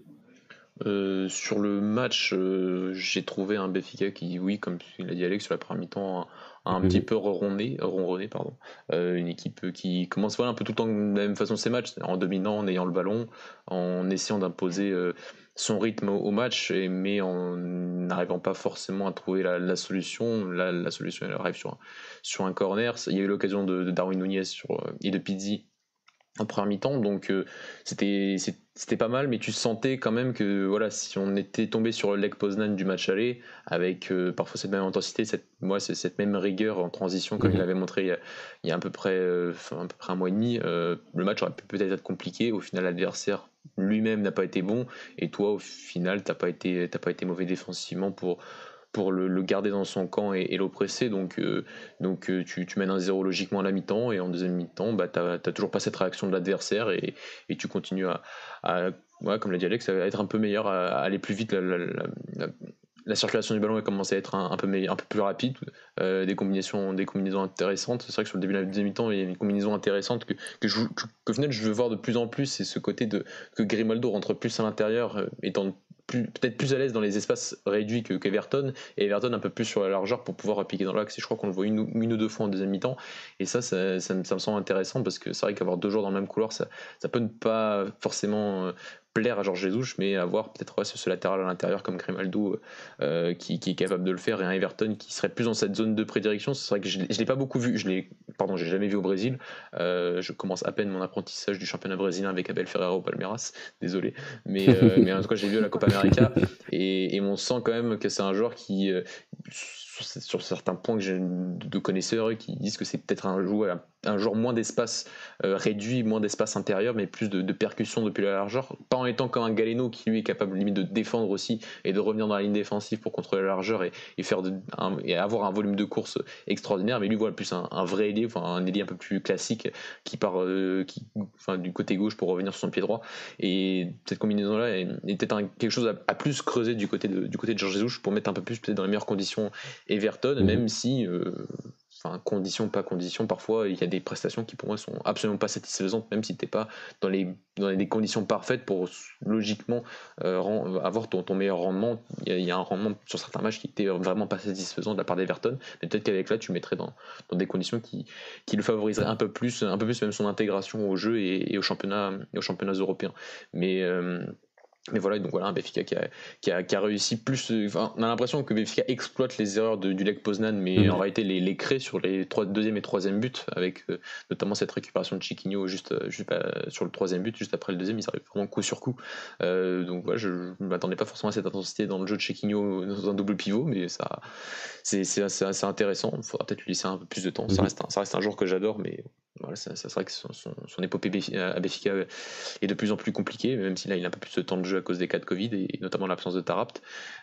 Euh, sur le match, euh, j'ai trouvé un Benfica qui, oui, comme l'a dit Alex, sur la première mi-temps, a un petit Mmh. peu ronronné, ronronné, pardon. Euh, une équipe qui commence voilà, un peu tout le temps de la même façon ses matchs, en dominant, en ayant le ballon, en essayant d'imposer euh, son rythme au, au match, et, mais en n'arrivant pas forcément à trouver la, la solution. Là, la solution, elle arrive sur un, sur un corner. Il y a eu l'occasion de, de Darwin Nunez sur, euh, et de Pizzi en première mi-temps, donc euh, c'était c'est- c'était pas mal, mais tu sentais quand même que voilà, si on était tombé sur le Lech Poznan du match aller, avec euh, parfois cette même intensité, cette, moi, c'est cette même rigueur en transition, comme il Mmh. l'avait montré il y a, il y a à peu près, euh, enfin, à peu près un mois et demi, euh, le match aurait pu peut-être être compliqué. Au final, l'adversaire lui-même n'a pas été bon, et toi, au final, t'as pas été, t'as pas été mauvais défensivement pour pour le, le garder dans son camp et, et l'oppresser. Donc, euh, donc euh, tu, tu mènes un zéro logiquement à la mi-temps et en deuxième mi-temps, bah, tu n'as toujours pas cette réaction de l'adversaire et, et tu continues à, à ouais, comme l'a dit Alex, à être un peu meilleur, à, à aller plus vite. La, la, la, la, la circulation du ballon a commencé à être un, un, peu, meilleur, un peu plus rapide, euh, des, combinaisons, des combinaisons intéressantes. C'est vrai que sur le début de la deuxième mi-temps, il y a une combinaison intéressante que, que, je, que, que final, je veux voir de plus en plus. C'est ce côté de que Grimaldo rentre plus à l'intérieur, euh, étant peut-être plus à l'aise dans les espaces réduits que qu'Everton, et Everton un peu plus sur la largeur pour pouvoir appliquer dans l'axe. Et je crois qu'on le voit une, une ou deux fois en deuxième mi-temps. Et ça, ça, ça, me, ça me semble intéressant parce que c'est vrai qu'avoir deux joueurs dans le même couloir, ça, ça peut ne pas forcément euh, plaire à Georges Jesus, mais avoir peut-être ouais, ce, ce latéral à l'intérieur comme Grimaldo euh, qui, qui est capable de le faire, et un Everton qui serait plus dans cette zone de prédilection. C'est vrai que je ne l'ai pas beaucoup vu, je l'ai, pardon, j'ai jamais vu au Brésil. Euh, je commence à peine mon apprentissage du championnat brésilien avec Abel Ferreira au Palmeiras, désolé. Mais, euh, mais en tout cas, j'ai vu à la Copa América et, et on sent quand même que c'est un joueur qui, euh, sur, sur certains points que j'ai de connaisseurs qui disent que c'est peut-être un joueur, un joueur moins d'espace euh, réduit, moins d'espace intérieur, mais plus de, de percussion depuis la largeur. Pas en étant comme un Galeno qui lui est capable limite de défendre aussi et de revenir dans la ligne défensive pour contrôler la largeur et, et faire de, un, et avoir un volume de course extraordinaire. Mais lui voilà plus un, un vrai ailier, enfin un ailier un peu plus classique qui part euh, qui, enfin, du côté gauche pour revenir sur son pied droit. Et cette combinaison là est, est peut-être un, quelque chose à, à plus creuser du côté de du côté de Georges Jesus pour mettre un peu plus peut-être dans les meilleures conditions Everton, Mmh. même si euh, enfin condition pas condition, parfois il y a des prestations qui pour moi sont absolument pas satisfaisantes, même si t'es pas dans les dans les conditions parfaites pour logiquement euh, rend, avoir ton, ton meilleur rendement. Il y, a, il y, a un rendement sur certains matchs qui était vraiment pas satisfaisant de la part d'Everton, mais peut-être qu'avec là tu mettrais dans, dans des conditions qui, qui le favoriseraient un peu plus, un peu plus même son intégration au jeu et, et au championnat et aux championnats européens. Mais euh, mais voilà, donc voilà un Benfica qui a, qui a, qui a réussi plus. Enfin, on a l'impression que Benfica exploite les erreurs de, du Lech Poznan, mais Mmh. en réalité les, les crée sur les trois, deuxième et troisième buts, avec euh, notamment cette récupération de Chiquinho juste, juste bah, sur le troisième but, juste après le deuxième, ils arrivent vraiment coup sur coup. Euh, donc voilà, je ne m'attendais pas forcément à cette intensité dans le jeu de Chiquinho dans un double pivot, mais ça, c'est, c'est, assez, assez intéressant. Il faudra peut-être lui laisser un peu plus de temps. Ça Mmh. reste un, ça reste un joueur que j'adore, mais voilà, ça, ça serait que son, son, son épopée à Benfica est de plus en plus compliquée, même si là il a un peu plus de temps de jeu à cause des cas de Covid et notamment l'absence de Tarapt.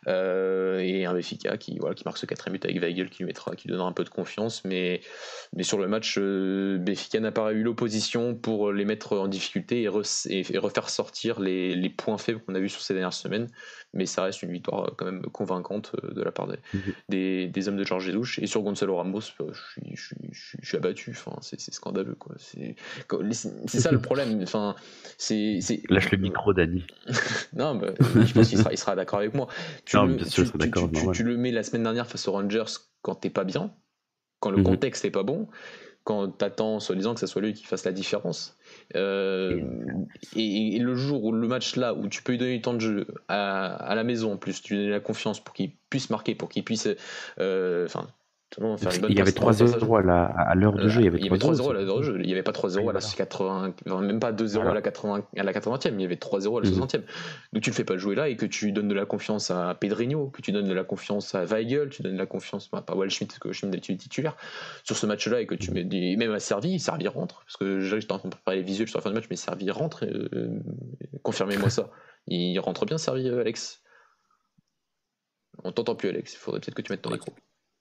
Euh, et un Benfica qui, voilà, qui marque ce quatrième but avec Weigl qui lui, mettra, qui lui donnera un peu de confiance, mais, mais sur le match, euh, Benfica n'a pas eu l'opposition pour les mettre en difficulté et, re, et, et refaire sortir les, les points faibles qu'on a vus sur ces dernières semaines. Mais ça reste une victoire quand même convaincante de la part des, Mmh. des, des hommes de Georges Jesus. Et sur Gonzalo Ramos, je suis, je suis, je suis, je suis abattu. Enfin, c'est, c'est scandaleux, quoi. C'est, c'est ça le problème. Enfin, c'est, c'est... Lâche le micro, Dani. Non, bah, je pense qu'il sera, il sera d'accord avec moi. Tu, Non, le, bien sûr, tu, il sera tu, d'accord, tu, tu, normal. tu le mets la semaine dernière face aux Rangers quand t'es pas bien, quand le Mmh. contexte est pas bon, quand t'attends soi-disant que ça soit lui qui fasse la différence. Euh, et, et le jour où le match là, où tu peux lui donner du temps de jeu à, à la maison, en plus, tu lui donnes la confiance pour qu'il puisse marquer, pour qu'il puisse. Euh, enfin, faire une bonne Il y avait passe, trois zéro à la à l'heure de jeu, il y avait il y avait trois trois zéro. zéro à l'heure de jeu, il n'y avait pas trois zéro Oui, à la voilà. quatre-vingts, même pas deux zéro Voilà. à la quatre-vingts, à la quatre-vingtième, il y avait trois zéro à la Mmh. soixantième. Donc tu le fais pas jouer là et que tu donnes de la confiance à Pedrinho, que tu donnes de la confiance à Weigl, tu donnes de la confiance bah, pas Waldschmidt parce que Waldschmidt d'habitude est titulaire sur ce match-là et que tu Mmh. mets des, même à Servi, Servi rentre parce que j'étais en train de préparer les visuels sur la fin du match, mais Servi rentre, euh, confirmez-moi ça. Il rentre bien Servi, Alex. On t'entend plus, Alex. Il faudrait peut-être que tu mettes ton micro.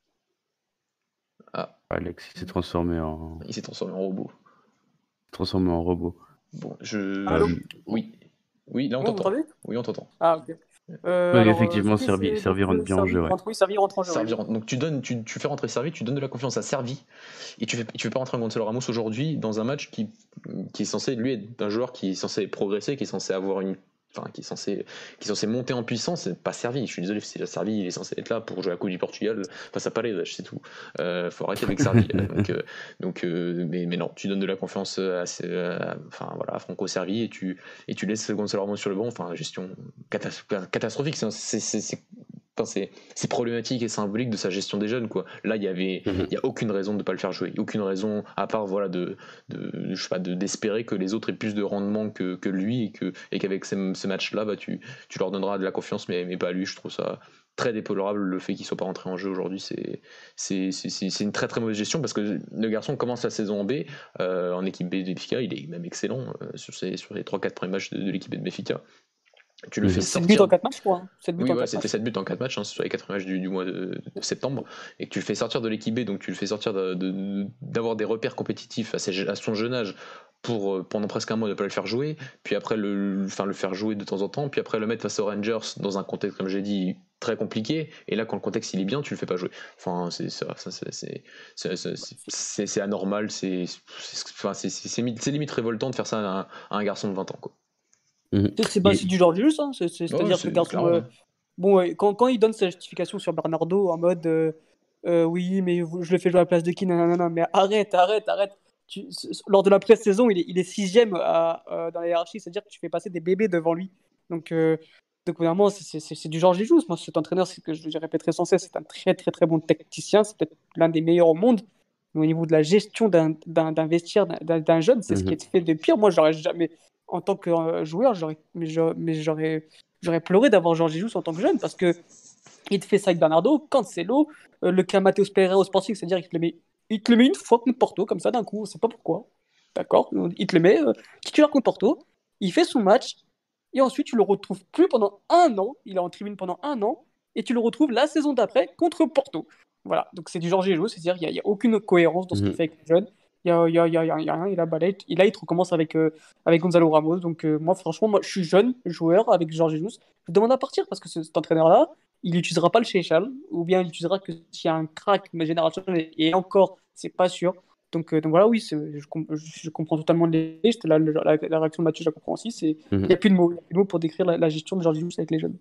Ah. Alex, il s'est transformé en. Il s'est transformé en robot. Transformé en robot. Bon, je. Allô euh, oui. Oui, là on Bon, t'entend. Oui, oui, on t'entend. Ah, ok. Euh, oui, alors, effectivement, euh, Servi, Servi rentre bien en jeu. Ouais. Rentre, oui, Servi rentre en jeu. Servi Oui. rentre. Donc tu donnes, tu, tu fais rentrer Servi, tu donnes de la confiance à Servi, et tu fais, tu fais pas rentrer un Gonzalo Ramos aujourd'hui dans un match qui, qui est censé, lui, être un joueur qui est censé progresser, qui est censé avoir une. Enfin, qui est, censé, qui est censé monter en puissance, c'est pas Servi. Je suis désolé, si la Servi, il est censé être là pour jouer à la Coupe du Portugal face à Palais, c'est tout. Euh, faut arrêter avec Servi. donc, euh, donc, euh, mais, mais non, tu donnes de la confiance à, à, enfin, voilà, à Franco Servi et tu, et tu laisses Gonzalo Ramos sur le banc. Enfin, gestion catastrophique. C'est, c'est, c'est, c'est Enfin, c'est, c'est problématique et symbolique de sa gestion des jeunes, quoi. Là, il y avait, il y a aucune raison de ne pas le faire jouer, aucune raison à part voilà de, de, je sais pas, de d'espérer que les autres aient plus de rendement que, que lui et que et qu'avec ce, ce match-là, bah tu, tu leur donneras de la confiance, mais mais pas à lui. Je trouve ça très déplorable le fait qu'il soit pas rentré en jeu aujourd'hui. C'est c'est, c'est, c'est, c'est une très très mauvaise gestion parce que le garçon commence la saison en B, euh, en équipe B de Benfica, il est même excellent euh, sur ses sur les trois quatre premiers matchs de, de l'équipe B de Benfica. Tu le mmh. fais sortir. sept buts en quatre matchs, je crois. Hein. Oui, ouais, c'était sept buts en quatre matchs, hein, sur les quatre matchs du, du mois de, de septembre. Et que tu le fais sortir de l'équipe B, donc tu le fais sortir de, de, d'avoir des repères compétitifs à, ses, à son jeune âge pour pendant presque un mois ne pas le faire jouer, puis après le, enfin, le faire jouer de temps en temps, puis après le mettre face aux Rangers dans un contexte, comme j'ai dit, très compliqué. Et là, quand le contexte il est bien, tu le fais pas jouer. Enfin, c'est, c'est, c'est, c'est, c'est, c'est, c'est, c'est anormal, c'est, c'est, enfin, c'est, c'est, c'est, c'est limite révoltant de faire ça à un, à un garçon de vingt ans, quoi. Mmh. C'est, c'est, bah, c'est du genre juste, hein. c'est, c'est, c'est-à-dire ouais, que le garçon, euh, bon, ouais, quand, quand il donne sa justification sur Bernardo en mode euh, euh, oui, mais je le fais jouer à la place de qui, non, non, non, mais arrête, arrête, arrête. Tu, lors de la pré-saison, il est, il est sixième à, à, dans la hiérarchie, c'est-à-dire que tu fais passer des bébés devant lui. Donc, euh, donc vraiment, c'est, c'est, c'est, c'est du genre Jesus. Moi, cet entraîneur, c'est ce que je, je répéterai sans cesse, c'est un très, très, très bon tacticien. C'est peut-être l'un des meilleurs au monde. Mais au niveau de la gestion d'un, d'un, d'un vestiaire, d'un, d'un jeune, c'est mmh. ce qui est fait de pire. Moi, j'aurais jamais. En tant que euh, joueur, j'aurais, mais, j'aurais, mais j'aurais, j'aurais pleuré d'avoir Jorge Jesus en tant que jeune parce que il te fait ça avec Bernardo, Cancelo, euh, le cas Matheus Pereira au Sporting, c'est-à-dire qu'il te le met, il te le met une fois contre Porto comme ça d'un coup, on sait pas pourquoi, d'accord, il te le met euh, titulaire contre Porto, il fait son match et ensuite tu le retrouves plus pendant un an, il est en tribune pendant un an et tu le retrouves la saison d'après contre Porto. Voilà, donc c'est du Jorge Jesus, c'est-à-dire qu'il n'y a, a aucune cohérence dans ce mmh. qu'il fait avec les jeunes. Il n'y a, y a, y a, y a rien, il a balayé. Et là, il recommence avec, euh, avec Gonzalo Ramos. Donc, euh, moi, franchement, moi, je suis jeune joueur avec Jorge Jesus. Je demande à partir parce que ce, cet entraîneur-là, il n'utilisera pas le Seychelles, ou bien il utilisera que s'il y a un crack de génération. Et encore, c'est pas sûr. Donc, euh, donc voilà, oui, c'est, je, je comprends totalement les listes. La, la, la, la réaction de Mathieu, je la comprends aussi. Il n'y mm-hmm. a plus de mots, y a plus de mots pour décrire la, la gestion de Jorge Jesus avec les jeunes.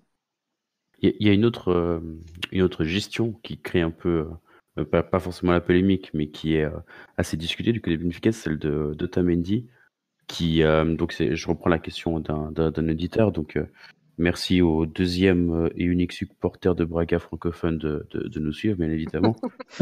Il y, y a une autre, euh, une autre gestion qui crée un peu. Euh, Pas, pas forcément la polémique, mais qui est euh, assez discutée du côté de Benfica, c'est celle de d'Otamendi, qui euh, donc c'est, je reprends la question d'un, d'un, d'un auditeur, donc euh, merci au deuxième et unique supporter de Braga francophone de, de, de nous suivre, bien évidemment,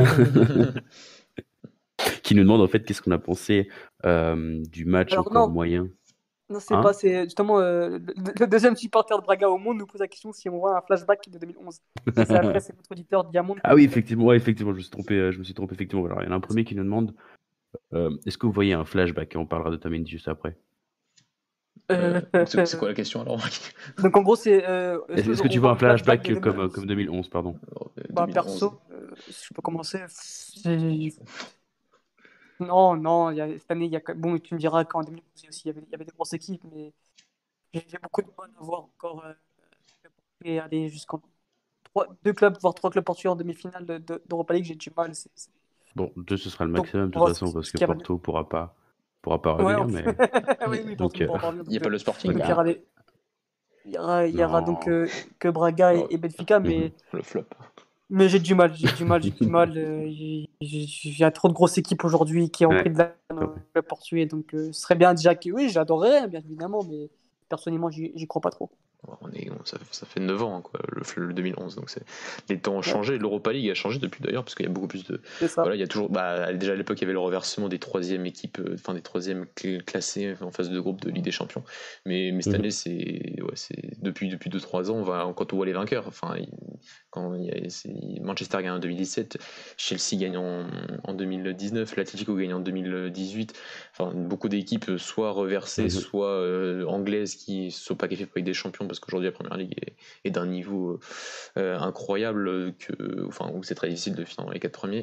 qui nous demande en fait qu'est-ce qu'on a pensé euh, du match Alors, encore non. moyen. Non, c'est hein pas, c'est justement euh, le, le deuxième supporter de Braga au monde nous pose la question si on voit un flashback de deux mille onze. Et c'est après, c'est notre auditeur Diamond. Ah oui, effectivement, ouais, effectivement, je me suis trompé, je me suis trompé effectivement. Alors, il y en a un premier qui nous demande euh, est-ce que vous voyez un flashback? Et on parlera d'Otamendi juste après. Euh, c'est, c'est quoi la question alors? Donc en gros, c'est. Euh, est-ce, est-ce que, que tu vois un flashback, flashback comme, comme deux mille onze, pardon? Alors, euh, bah, perso, euh, si je peux commencer. C'est... Non, non, y a, cette année, il y a. Bon, tu me diras qu'en deux mille onze aussi, il y avait, il y avait des grosses équipes, mais j'ai, j'ai beaucoup de mal à voir encore. Euh, et aller jusqu'en. Trois, deux clubs, voire trois clubs portugais en demi-finale de, de, d'Europa League, j'ai du mal. C'est, c'est... Bon, deux, ce sera le maximum donc, de toute façon, parce que Porto ne pourra pas. pourra pas revenir, ouais, mais... oui, oui, donc, euh, revenir, il n'y a pas le Sporting. Donc, il y aura, les... il y aura, il y aura donc euh, que Braga et, et Benfica, mais... Le flop. Mais j'ai du mal, j'ai du mal, j'ai du mal. Euh, il y a trop de grosses équipes aujourd'hui qui ont ouais. pris de la le portugais, donc euh, ce serait bien déjà que... Oui, j'adorerais, bien évidemment, mais personnellement, j'y, j'y crois pas trop. On est, ça, ça fait neuf ans, quoi, le, le deux mille onze, donc c'est, les temps ont changé. Ouais. L'Europa League a changé depuis d'ailleurs, parce qu'il y a beaucoup plus de. C'est ça. Voilà, il y a toujours. Bah, déjà à l'époque, il y avait le reversement des troisièmes équipes, enfin des troisièmes classés en phase de groupe de Ligue des Champions. Mais, mais cette mmh. année, c'est, ouais, c'est depuis depuis deux trois ans, on va, quand on voit les vainqueurs, enfin, il, quand il y a, c'est- Manchester gagne en deux mille dix-sept, Chelsea gagne en, en deux mille dix-neuf, l'Atlético gagne en deux mille dix-huit. Enfin, beaucoup d'équipes, soit reversées, Mhm. soit euh, anglaises, qui ne sont pas qualifiées pour la Ligue des Champions, parce qu'aujourd'hui la Première Ligue est, est d'un niveau euh, incroyable, que, enfin, où c'est très difficile de finir dans les quatre premiers,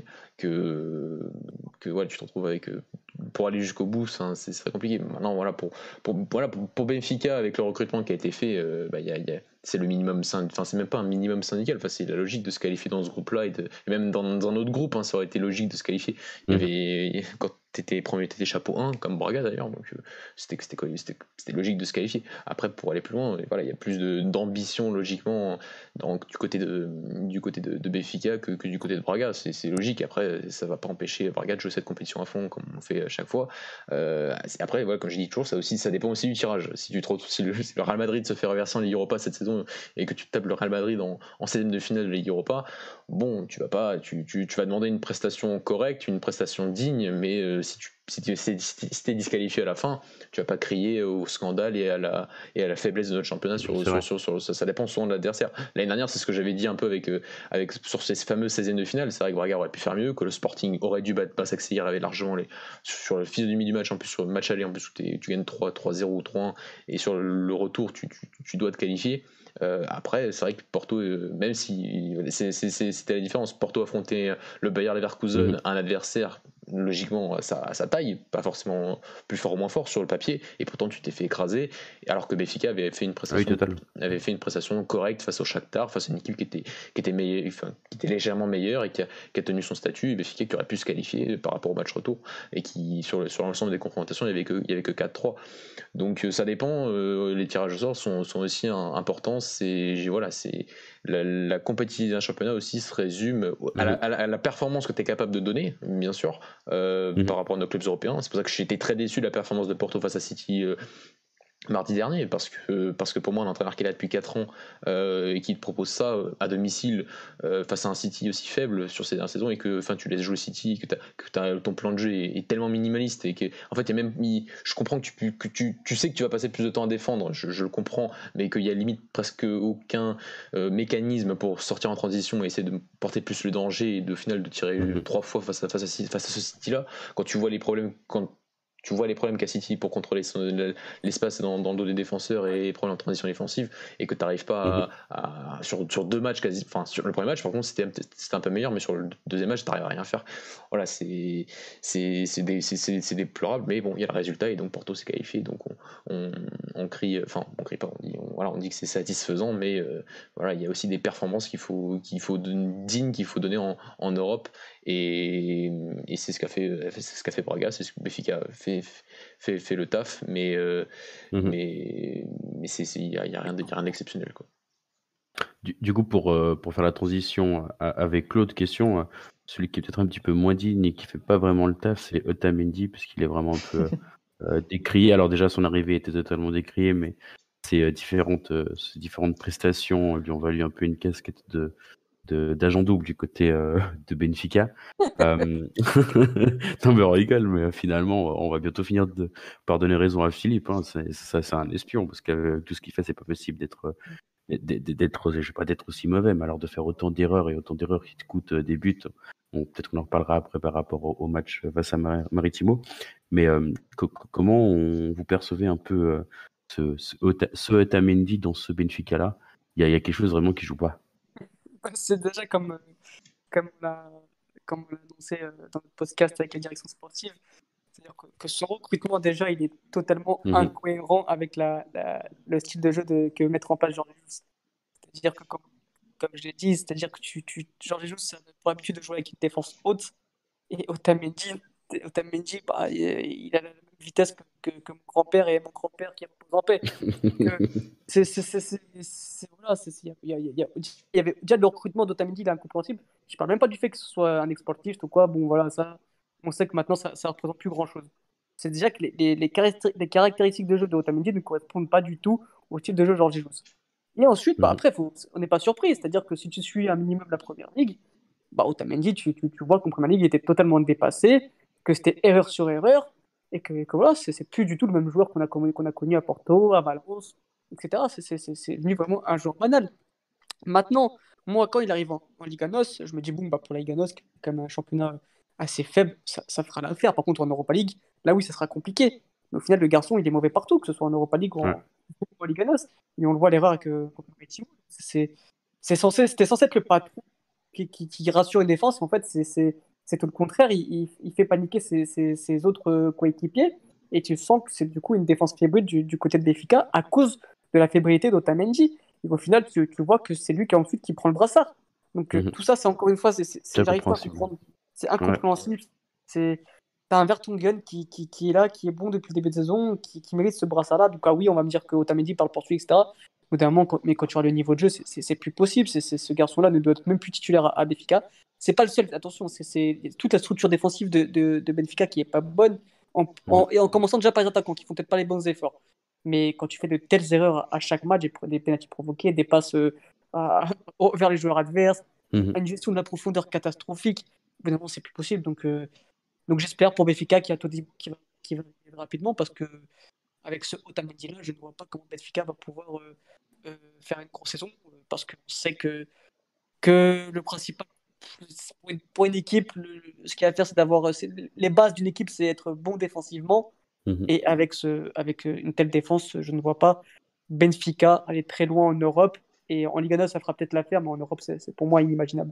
que, que ouais, tu te retrouves avec. euh, pour aller jusqu'au bout, ça, c'est c'est très compliqué. Maintenant, voilà, pour, pour, voilà, pour, pour Benfica, avec le recrutement qui a été fait, euh, bah, il y a- il y a- c'est le minimum syndical. Enfin, c'est même pas un minimum syndical. Enfin, c'est la logique de se qualifier dans ce groupe-là et, de- et même dans, dans un autre groupe, hein, ça aurait été logique de se qualifier. Il y Mhm. avait quand t'étais premier, t'étais chapeau un comme Braga d'ailleurs, donc euh, c'était c'était c'était c'était logique de se qualifier. Après, pour aller plus loin, voilà, il y a plus de- d'ambition logiquement dans, du côté de du côté de, de Benfica que, que du côté de Braga. C'est c'est logique. Après, ça va pas empêcher Braga de jouer cette compétition à fond comme on fait à chaque fois. Euh, c'est- après, voilà, comme je dis toujours, ça aussi, ça dépend aussi du tirage. Si tu te retrouves, si le, si le Real Madrid se fait reverser en Ligue Europa cette saison et que tu tapes le Real Madrid en, en seizième de finale de Ligue Europa, bon, tu vas pas, tu, tu, tu vas demander une prestation correcte, une prestation digne, mais euh, si tu si tu si, si t'es disqualifié à la fin, tu vas pas crier au scandale et à la, et à la faiblesse de notre championnat sur, C'est sur, vrai. sur, sur- ça, ça dépend souvent de l'adversaire. L'année dernière, c'est ce que j'avais dit un peu avec, euh, avec sur ces fameux seizièmes de finale. C'est vrai que Braga aurait pu faire mieux, que le Sporting aurait dû battre Basaksehir, il avait largement les, sur le physionomie du match, en plus sur le match aller, en plus où tu gagnes trois zéro ou trois un, et sur le retour, tu, tu, tu dois te qualifier. Euh, après, c'est vrai que Porto, euh, même si c'est- c'est- c'est- c'était la différence, Porto affrontait le Bayer Leverkusen, Mhm. un adversaire logiquement à sa, à sa taille, pas forcément plus fort ou moins fort sur le papier, et pourtant tu t'es fait écraser, alors que Benfica avait fait une Ah oui, prestation, total. avait fait une prestation correcte face au Shakhtar, face à une équipe qui était, qui était, meilleure, enfin, qui était légèrement meilleure et qui a, qui a tenu son statut, et Benfica qui aurait pu se qualifier par rapport au match retour, et qui, sur, le, sur l'ensemble des confrontations, il n'y avait que, il y avait que quatre trois. Donc euh, ça dépend, euh, les tirages au sort sont, sont aussi un, importants. C'est, voilà, c'est, la, la compétitivité d'un championnat aussi se résume à la, Mhm. à la, à la performance que tu es capable de donner, bien sûr, euh, par Mhm. rapport à nos clubs européens. C'est pour ça que j'étais très déçu de la performance de Porto face à City euh, mardi dernier, parce que, parce que pour moi, un entraîneur qui est là depuis quatre ans euh, et qui te propose ça euh, à domicile euh, face à un City aussi faible sur ces dernières saisons, et que tu laisses jouer City, que, t'as, que t'as, ton plan de jeu est, est tellement minimaliste, et que en fait, il y a même, il, je comprends que, tu, que tu, tu sais que tu vas passer plus de temps à défendre, je, je le comprends, mais qu'il y a limite presque aucun euh, mécanisme pour sortir en transition et essayer de porter plus le danger et de, au final de tirer Mhm. trois fois face à, face à, face à ce City-là. Quand tu vois les problèmes, quand tu vois les problèmes qu'a City pour contrôler son, l'espace dans, dans le dos des défenseurs et les problèmes en transition défensive, et que tu n'arrives pas Mhm. à, à, sur, sur deux matchs quasi, enfin sur le premier match par contre c'était, c'était un peu meilleur, mais sur le deuxième match tu n'arrives à rien faire. Voilà, c'est, c'est, c'est, des, c'est, c'est, c'est déplorable, mais bon, il y a le résultat, et donc Porto s'est qualifié, donc on, on, on crie, enfin on crie pas, on dit, on, voilà, on dit que c'est satisfaisant, mais euh, voilà, il y a aussi des performances qu'il faut, qu'il faut dignes qu'il faut donner en, en Europe, et, et c'est ce qu'a fait, c'est ce qu'a fait Braga, c'est ce que Benfica fait, fait, fait le taf, mais euh, Mhm. mais mais c'est il y a, y a rien de- y a rien d'exceptionnel, quoi. Du, du coup, pour, euh, pour faire la transition a- avec l'autre question, euh, celui qui est peut-être un petit peu moins digne et qui fait pas vraiment le taf, c'est Otamendi, parce qu'il est vraiment un peu euh, décrié. Alors déjà, son arrivée était totalement décriée, mais ses euh, différentes, euh, ses différentes prestations lui ont valu un peu une casquette de, de- d'agent double du côté euh, de Benfica. Euh, Non mais on rigole, mais euh, finalement, on va bientôt finir de par donner raison à Philippe, hein. C'est, ça, c'est un espion, parce qu'avec tout ce qu'il fait, c'est pas possible d'être, euh, d'être, d'être, je sais pas, d'être aussi mauvais, mais alors de faire autant d'erreurs et autant d'erreurs qui te coûtent euh, des buts. Bon, peut-être qu'on en reparlera après par rapport au, au match face à Mar- Maritimo. Mais euh, co- co- comment on, vous percevez un peu euh, ce, ce, Ota- ce Otamendi dans ce Benfica-là? Il y a, il y a quelque chose vraiment qui joue pas. C'est déjà comme, euh, comme on l'a comme on l'a annoncé euh, dans notre podcast avec la direction sportive. C'est-à-dire que, que son recrutement, déjà, il est totalement Mhm. incohérent avec la, la- le style de jeu de, que mettre en place Georges Jesus. C'est-à-dire que, comme, comme je l'ai dit, c'est-à-dire que tu, tu, Georges Jesus a pour habitude de jouer avec une défense haute, et Otamendi, Otamendi bah, il, il a la même vitesse que, que, que mon grand-père et mon grand-père qui repose en paix. Donc, euh, c'est, c'est, c'est, c'est, c'est- voilà, c'est- c'est- il y, a- il y a- il y a- il y avait déjà le recrutement d'Otamendi, il est incompréhensible. Je parle même pas du fait que ce soit un exportif ou quoi. Bon, voilà, ça, on sait que maintenant, ça, ça représente plus grand-chose. C'est déjà que les, les, les caractéri- les caractéristiques de jeu de Otamendi ne correspondent pas du tout au style de jeu de Jorge Jesus. Et ensuite, bah, Mhm. après, faut, on n'est pas surpris. C'est-à-dire que si tu suis un minimum la première ligue, bah, Otamendi, tu, tu, tu vois qu'en première ligue, il était totalement dépassé, que c'était erreur sur erreur, et que, que voilà, c'est c'est plus du tout le même joueur qu'on a, connu- qu'on a connu à Porto, à Valence, et cetera. C'est c'est- c'est- c'est devenu vraiment un joueur banal. Maintenant, moi, quand il arrive en, en Liga N O S, je me dis, bon, bah, pour la Liga N O S, qui est quand même un championnat assez faible, ça, ça fera l'affaire. Par contre, en Europa League, là oui, ça sera compliqué. Mais au final, le garçon, il est mauvais partout, que ce soit en Europa League ou Ouais. en, ou en Liga N O S. Et on le voit l'erreur avec euh, contre Maritimo. C'est, c'est censé, c'était censé être le patron qui, qui, qui rassure une défense. En fait, c'est, c'est, c'est tout le contraire. Il, il, il fait paniquer ses, ses, ses autres euh, coéquipiers. Et tu sens que c'est du coup une défense fébrile du, du côté de Benfica à cause de la fébrilité d'Otamendi. Et au final, tu, tu vois que c'est lui qui ensuite qui prend le brassard. Donc euh, Mhm. tout ça, c'est encore une fois, c'est, c'est, c'est- C'est j'arrive pas à compréhensible. comprendre. C'est Ouais. incompréhensible. C'est t'as un Vertonghen qui, qui, qui est là, qui est bon depuis le début de saison, qui, qui mérite ce brassard-là. Donc ah oui, on va me dire que Otamendi parle portugais, et cetera. Au bout d'un moment, quand- mais quand tu vois le niveau de jeu, c'est, c'est, c'est plus possible. C'est, c'est- ce garçon-là ne doit être même plus titulaire à, à Benfica. C'est pas le seul. Attention, c'est, c'est toute la structure défensive de, de, de Benfica qui est pas bonne. En, en- Mhm. et en commençant déjà par les attaquants qui font peut-être pas les bons efforts. Mais quand tu fais de telles erreurs à chaque match, des, des pénaltys provoqués, des passes euh, à- vers les joueurs adverses, Mhm. une gestion de la profondeur catastrophique, évidemment, c'est plus possible. Donc, euh, donc j'espère pour Benfica qui a tout dit, qui va, qui va arriver rapidement parce que avec ce Otamendi-là, je ne vois pas comment Benfica va pouvoir euh, euh, faire une grosse saison euh, parce qu'on sait que, que le principal pour une, pour une équipe, le- ce qu'il y a à faire, c'est d'avoir euh, c'est- les bases d'une équipe, c'est être bon défensivement. Mhm. Et avec, ce, avec euh, une telle défense, je ne vois pas Benfica aller très loin en Europe. Et en Liga N O S, ça fera peut-être l'affaire, mais en Europe, c'est c'est pour moi inimaginable.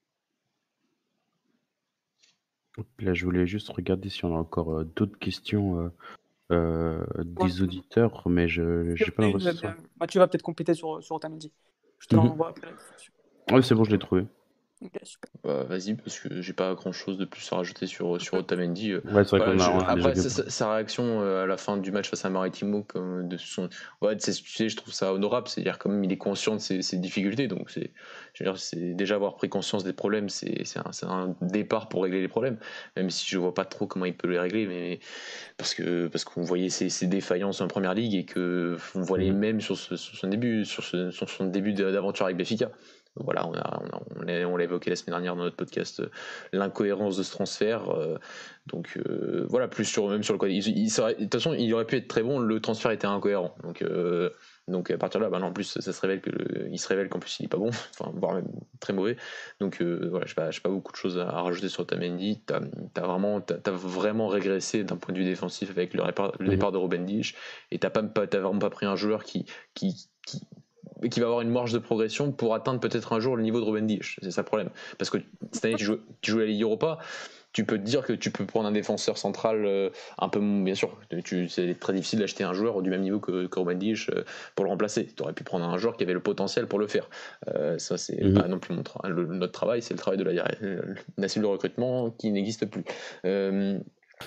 Là, je voulais juste regarder si on a encore euh, d'autres questions euh, euh, Ouais. des auditeurs, mais je j'ai pas Une, l'impression euh, que ce soit. bien, Mathieu va peut-être compléter sur, sur Otamendi. Je te Mhm. l'envoie après. Ouais, c'est bon, je l'ai trouvé. Ok, super. Bah, vas-y, parce que j'ai pas grand chose de plus à rajouter sur, sur Otamendi. euh. Ouais, c'est vrai Voilà, qu'on a, je- on a déjà après, bien sa, parlé. sa- sa réaction euh, à la fin du match face à Maritimo, comme de son. Ouais, tu sais, tu sais, je trouve ça honorable, c'est-à-dire quand même il est conscient de ses, ses difficultés, donc c'est, je veux dire, c'est déjà avoir pris conscience des problèmes, c'est c'est un, c'est un départ pour régler les problèmes, même si je vois pas trop comment il peut les régler, mais parce que parce qu'on voyait ses, ses défaillances en première ligue et que on voit les Mhm. mêmes sur, ce- sur son début, sur, ce- sur son début d'aventure avec Benfica. Voilà, on, a, on, a- on l'a on l'a évoqué la semaine dernière dans notre podcast, euh, l'incohérence de ce transfert. euh, donc euh, voilà, plus sur même sur le côté. il- il serait- De toute façon, il aurait pu être très bon, le transfert était incohérent. Donc, euh, donc à partir de là, bah non, en plus, ça se révèle que le- il se révèle qu'en plus il est pas bon, enfin voire même très mauvais. Donc euh, voilà, je n'ai pas, j'ai pas beaucoup de choses à, à rajouter sur Otamendi. T'as as vraiment, t'as, t'as vraiment régressé d'un point de vue défensif avec le, répar- le Mhm. départ de Ruben Dias, et t'as pas, pas, t'as vraiment pas pris un joueur qui, qui, qui qui va avoir une marge de progression pour atteindre peut-être un jour le niveau de Ruben Dias. C'est ça le problème. Parce que cette année, tu joues, tu joues à la Ligue Europa, tu peux te dire que tu peux prendre un défenseur central euh, un peu, bien sûr, tu, c'est très difficile d'acheter un joueur du même niveau que, que Ruben Dias euh, pour le remplacer. Tu aurais pu prendre un joueur qui avait le potentiel pour le faire. Euh, ça, c'est Mhm. pas non plus mon tra- le- notre travail, c'est le travail de la, la cellule de recrutement qui n'existe plus. Euh,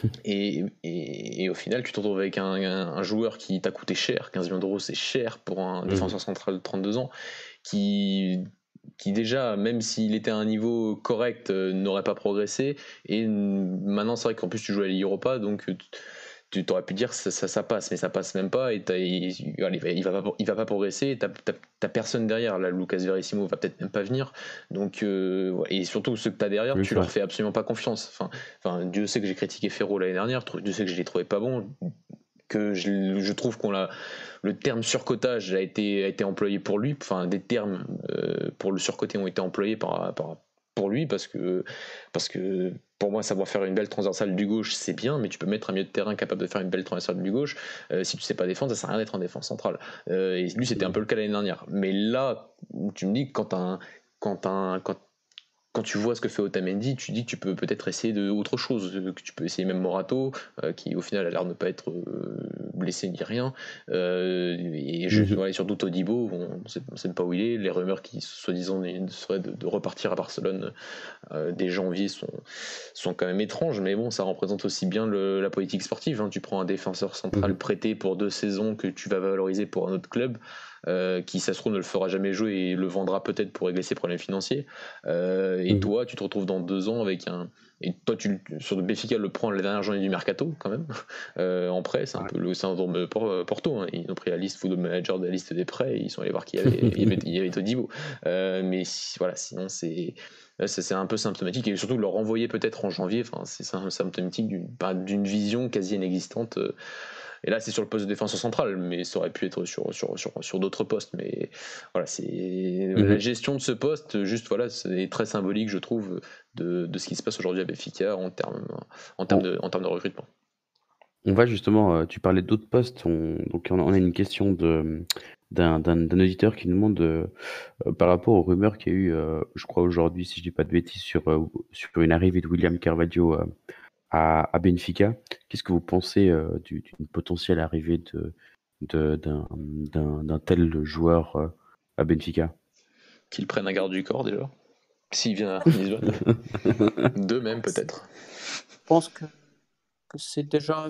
et, et, et au final, tu te retrouves avec un, un, un joueur qui t'a coûté cher, quinze millions d'euros, c'est cher pour un Mhm. défenseur central de trente-deux ans, qui, qui déjà, même s'il était à un niveau correct, euh, n'aurait pas progressé. Et maintenant, c'est vrai qu'en plus, tu joues à la Ligue Europa, donc tu t'aurais pu dire ça, ça, ça passe, mais ça passe même pas. Et il, il, va, il, va pas, il va pas progresser. Et t'as, t'as, t'as personne derrière. Là, Lucas Verissimo va peut-être même pas venir. Donc, euh, ouais. Et surtout, ceux que t'as derrière, Oui, tu c'est leur vrai. fais absolument pas confiance. Enfin, enfin, Dieu sait que j'ai critiqué Ferro l'année dernière. Dieu sait que je l'ai trouvé pas bon. Que je, je trouve qu'on l'a, le terme surcotage a été, a été employé pour lui. Enfin, des termes euh, pour le surcoté ont été employés par, par, pour lui parce que, parce que pour moi, savoir faire une belle transversale du gauche, c'est bien, mais tu peux mettre un milieu de terrain capable de faire une belle transversale du gauche. Euh, si tu sais pas défendre, ça sert à rien d'être en défense centrale. Euh, et lui, c'était un peu le cas l'année dernière. Mais là, tu me dis que quand un, quand un, quand quand tu vois ce que fait Otamendi, tu dis que tu peux peut-être essayer de autre chose, que tu peux essayer même Morato, euh, qui au final a l'air de ne pas être euh, blessé ni rien, euh, et, je, Mhm. voilà, et surtout Todibo, on ne sait pas où il est, les rumeurs qui soi-disant seraient de, de repartir à Barcelone euh, dès janvier sont, sont quand même étranges, mais bon, ça représente aussi bien le, la politique sportive, hein. Tu prends un défenseur central Mhm. prêté pour deux saisons que tu vas valoriser pour un autre club, euh, qui ça se trouve ne le fera jamais jouer et le vendra peut-être pour régler ses problèmes financiers, euh, et Mhm. toi tu te retrouves dans deux ans avec un, et toi tu sur Benfica le prend la dernière journée du mercato quand même, euh, en prêt, c'est un Ouais. peu le syndrome Porto, hein. Ils ont pris la liste football manager de la liste des prêts et ils sont allés voir qu'il y avait il y avait, il y avait Todibo, euh, mais si, voilà, sinon c'est c'est un peu symptomatique, et surtout leur renvoyer peut-être en janvier, enfin c'est symptomatique d'une, d'une vision quasi inexistante Et là, c'est sur le poste de défenseur central, mais ça aurait pu être sur, sur, sur, sur d'autres postes. Mais voilà, c'est Mhm. la gestion de ce poste, juste voilà, c'est très symbolique, je trouve, de, de ce qui se passe aujourd'hui à Benfica en termes, en termes, de, en termes de recrutement. On va justement, euh, tu parlais d'autres postes, on, donc on a, on a une question de, d'un, d'un, d'un auditeur qui nous demande euh, euh, par rapport aux rumeurs qu'il y a eu, euh, je crois aujourd'hui, si je dis pas de bêtises, sur, euh, sur une arrivée de William Carvalho euh, à, à Benfica. Qu'est-ce que vous pensez euh, du- d'une potentielle arrivée de, de, d'un, d'un, d'un tel joueur euh, à Benfica? Qu'ils prennent un garde du corps déjà, s'il vient à Lisbonne. Deux même peut-être. Je pense que, que c'est déjà.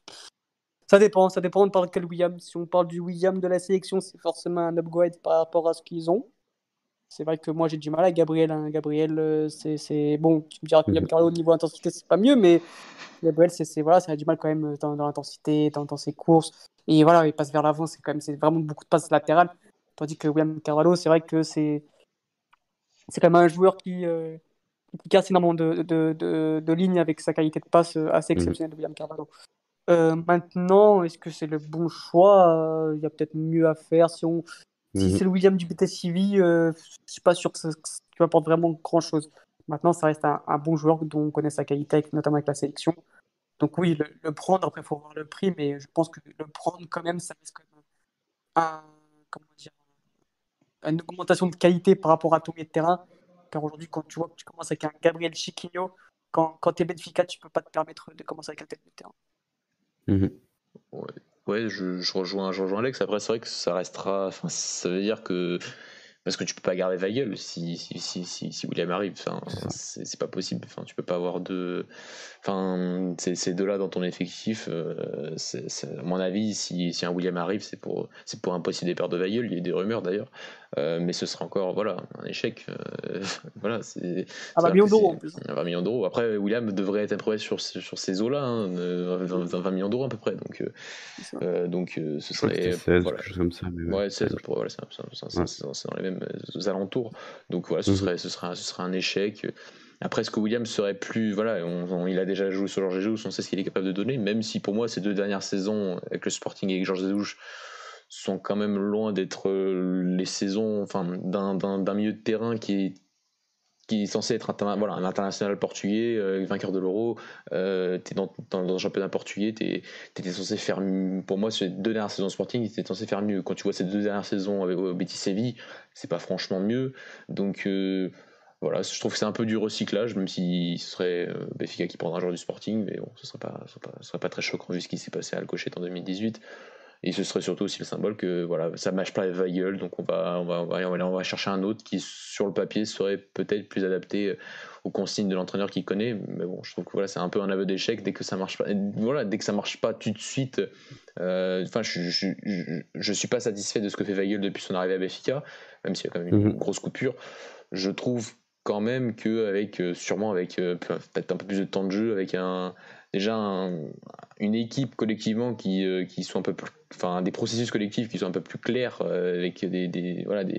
Ça dépend, ça dépend de par quel William. Si on parle du William de la sélection, c'est forcément un upgrade par rapport à ce qu'ils ont. C'est vrai que moi j'ai du mal avec Gabriel. hein. Gabriel, euh, c'est, c'est bon. Tu me diras que William Carvalho au niveau intensité c'est pas mieux, mais Gabriel, c'est, c'est voilà, ça a du mal quand même euh, dans, dans l'intensité, dans, dans ses courses. Et voilà, il passe vers l'avant, c'est quand même, c'est vraiment beaucoup de passes latérales. Tandis que William Carvalho, c'est vrai que c'est, c'est quand même un joueur qui, euh, qui casse énormément de, de, de, de lignes avec sa qualité de passe euh, assez Mhm. exceptionnelle de William Carvalho. Euh, maintenant, est-ce que c'est le bon choix? Euh, Il y a peut-être mieux à faire. Si, on... si Mhm. c'est le William du B T C V, euh, je suis pas sûr que ça, que ça apporte vraiment grand-chose. Maintenant, ça reste un, un bon joueur dont on connaît sa qualité, avec- notamment avec la sélection. Donc oui, le, le prendre, après, il faut voir le prix, mais je pense que le prendre, quand même, ça reste quand même un, comment dire, une augmentation de qualité par rapport à ton milieu de terrain. Car aujourd'hui, quand tu vois que tu commences avec un Gabriel Chiquinho, quand, quand tu es Benfica, tu peux pas te permettre de commencer avec un tel milieu de terrain. Mhm. Ouais, ouais je, je, rejoins, je rejoins Alex. Après, c'est vrai que ça restera. Enfin, ça veut dire que. Parce que tu peux pas garder Weigl si, si, si, si, si William arrive. Enfin, C'est ça. c'est, c'est pas possible. Enfin, tu peux pas avoir deux. Enfin, ces, ces deux-là dans ton effectif, euh, c'est, c'est- à mon avis, si, si un William arrive, c'est pour, c'est pour un possible départ de Weigl. Il y a eu des rumeurs d'ailleurs. Euh, mais ce sera encore voilà, un échec. Euh, voilà, c'est, Ah c'est bah, vrai que millions d'euros c'est en plus. vingt millions d'euros. Après, William devrait être approuvé sur, sur ces eaux-là, hein, euh, vingt, vingt millions d'euros à peu près. Donc, euh, C'est ça. euh, donc euh, ce Je crois que c'était serait. seize, Voilà. quelque chose comme ça. Mais ouais, Ouais, seize, seize, je pour, voilà, c'est, c'est, c'est, crois. Ouais. c'est- c'est dans les mêmes euh, alentours. Donc voilà, ce Mhm. serait, ce serait, un, ce serait un échec. Après, est-ce que Williams serait plus. Voilà, on, on- il a déjà joué sur Georges Jesus, on sait ce qu'il est capable de donner, même si pour moi, ces deux dernières saisons avec le Sporting et avec Georges Jesus sont quand même loin d'être euh, les saisons enfin, d'un, d'un, d'un milieu de terrain qui est qui est censé être un, voilà, un international portugais, euh, vainqueur de l'Euro. Euh, tu es dans, dans, dans un championnat portugais, tu étais censé faire mieux. Pour moi, ces deux dernières saisons Sporting, tu étais censé faire mieux. Quand tu vois ces deux dernières saisons avec au Betis Séville, c'est pas franchement mieux. Donc euh, voilà, je trouve que c'est un peu du recyclage, même si ce serait euh, Benfica qui prendra un joueur du Sporting, mais bon, ce serait pas, ce serait pas, ce serait pas très choquant vu ce qui s'est passé à Alcochete en deux mille dix-huit. Et ce serait surtout aussi le symbole que voilà, ça ne matche pas avec Weigl, donc on va, on, va, on, va, on va chercher un autre qui, sur le papier, serait peut-être plus adapté aux consignes de l'entraîneur qu'il connaît. Mais bon, je trouve que voilà, c'est un peu un aveu d'échec dès que ça marche pas. Voilà, dès que ça marche pas tout de suite. Euh, enfin, je, je, je, je, suis pas satisfait de ce que fait Weigl depuis son arrivée à Benfica, même s'il y a quand même une Mhm. grosse coupure. Je trouve quand même que avec sûrement avec euh, peut-être un peu plus de temps de jeu, avec un déjà un, une équipe collectivement qui, euh, qui soit un peu plus, enfin des processus collectifs qui sont un peu plus clairs euh, avec des, des voilà des,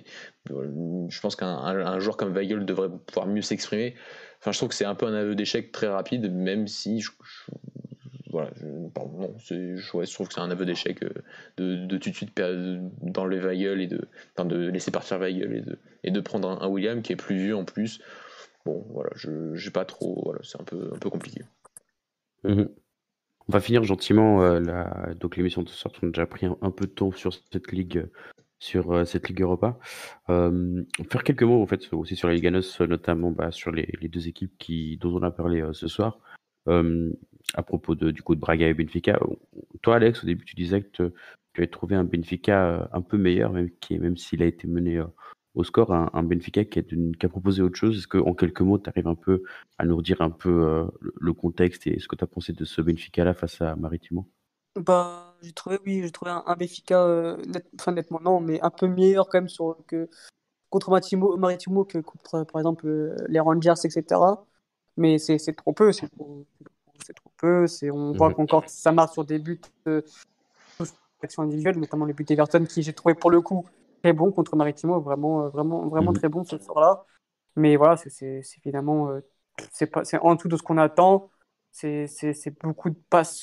je pense qu'un un, un joueur comme Weigl devrait pouvoir mieux s'exprimer. Enfin, je trouve que c'est un peu un aveu d'échec très rapide, même si je, je, voilà, je, pardon, non, c'est, je, ouais, je trouve que c'est un aveu d'échec euh, de, de tout de suite d'enlever Weigl et de, enfin, de laisser partir Weigl et de, et de prendre un, un William qui est plus vieux en plus. Bon, voilà, je j'ai pas trop, voilà, c'est un peu, un peu compliqué. Mhm. On va finir gentiment euh, la... donc l'émission de ce soir. On a déjà pris un, un peu de temps sur cette ligue, euh, sur euh, cette ligue Europa. Euh, faire quelques mots en fait aussi sur la Liga N O S, notamment bah, sur les, les deux équipes qui dont on a parlé euh, ce soir. Euh, à propos de du coup de Braga et Benfica. Toi, Alex, au début, tu disais que te- tu avais trouvé un Benfica euh, un peu meilleur, même qui même s'il a été mené euh, au score, un, un Benfica qui a, qui a proposé autre chose. Est-ce que en quelques mots, tu arrives un peu à nous redire un peu euh, le, le contexte et ce que tu as pensé de ce Benfica-là face à Maritimo? Bah, j'ai trouvé, oui, j'ai trouvé un, un Benfica, euh, net, enfin nettement non, mais un peu meilleur quand même sur, que, contre Maritimo, Maritimo que contre, par exemple, euh, les Rangers, et cetera. Mais c'est c'est trop peu, c'est trop, c'est trop peu. C'est, on voit Mhm. qu'encore ça marche sur des buts, euh, actions individuelles, notamment le but d'Everton qui j'ai trouvé pour le coup très bon contre Maritimo, vraiment, euh, vraiment, vraiment Mhm. très bon ce soir-là. Mais voilà, c'est c'est- c'est évidemment, euh, c'est pas, c'est en dessous de ce qu'on attend. C'est c'est- c'est beaucoup de passes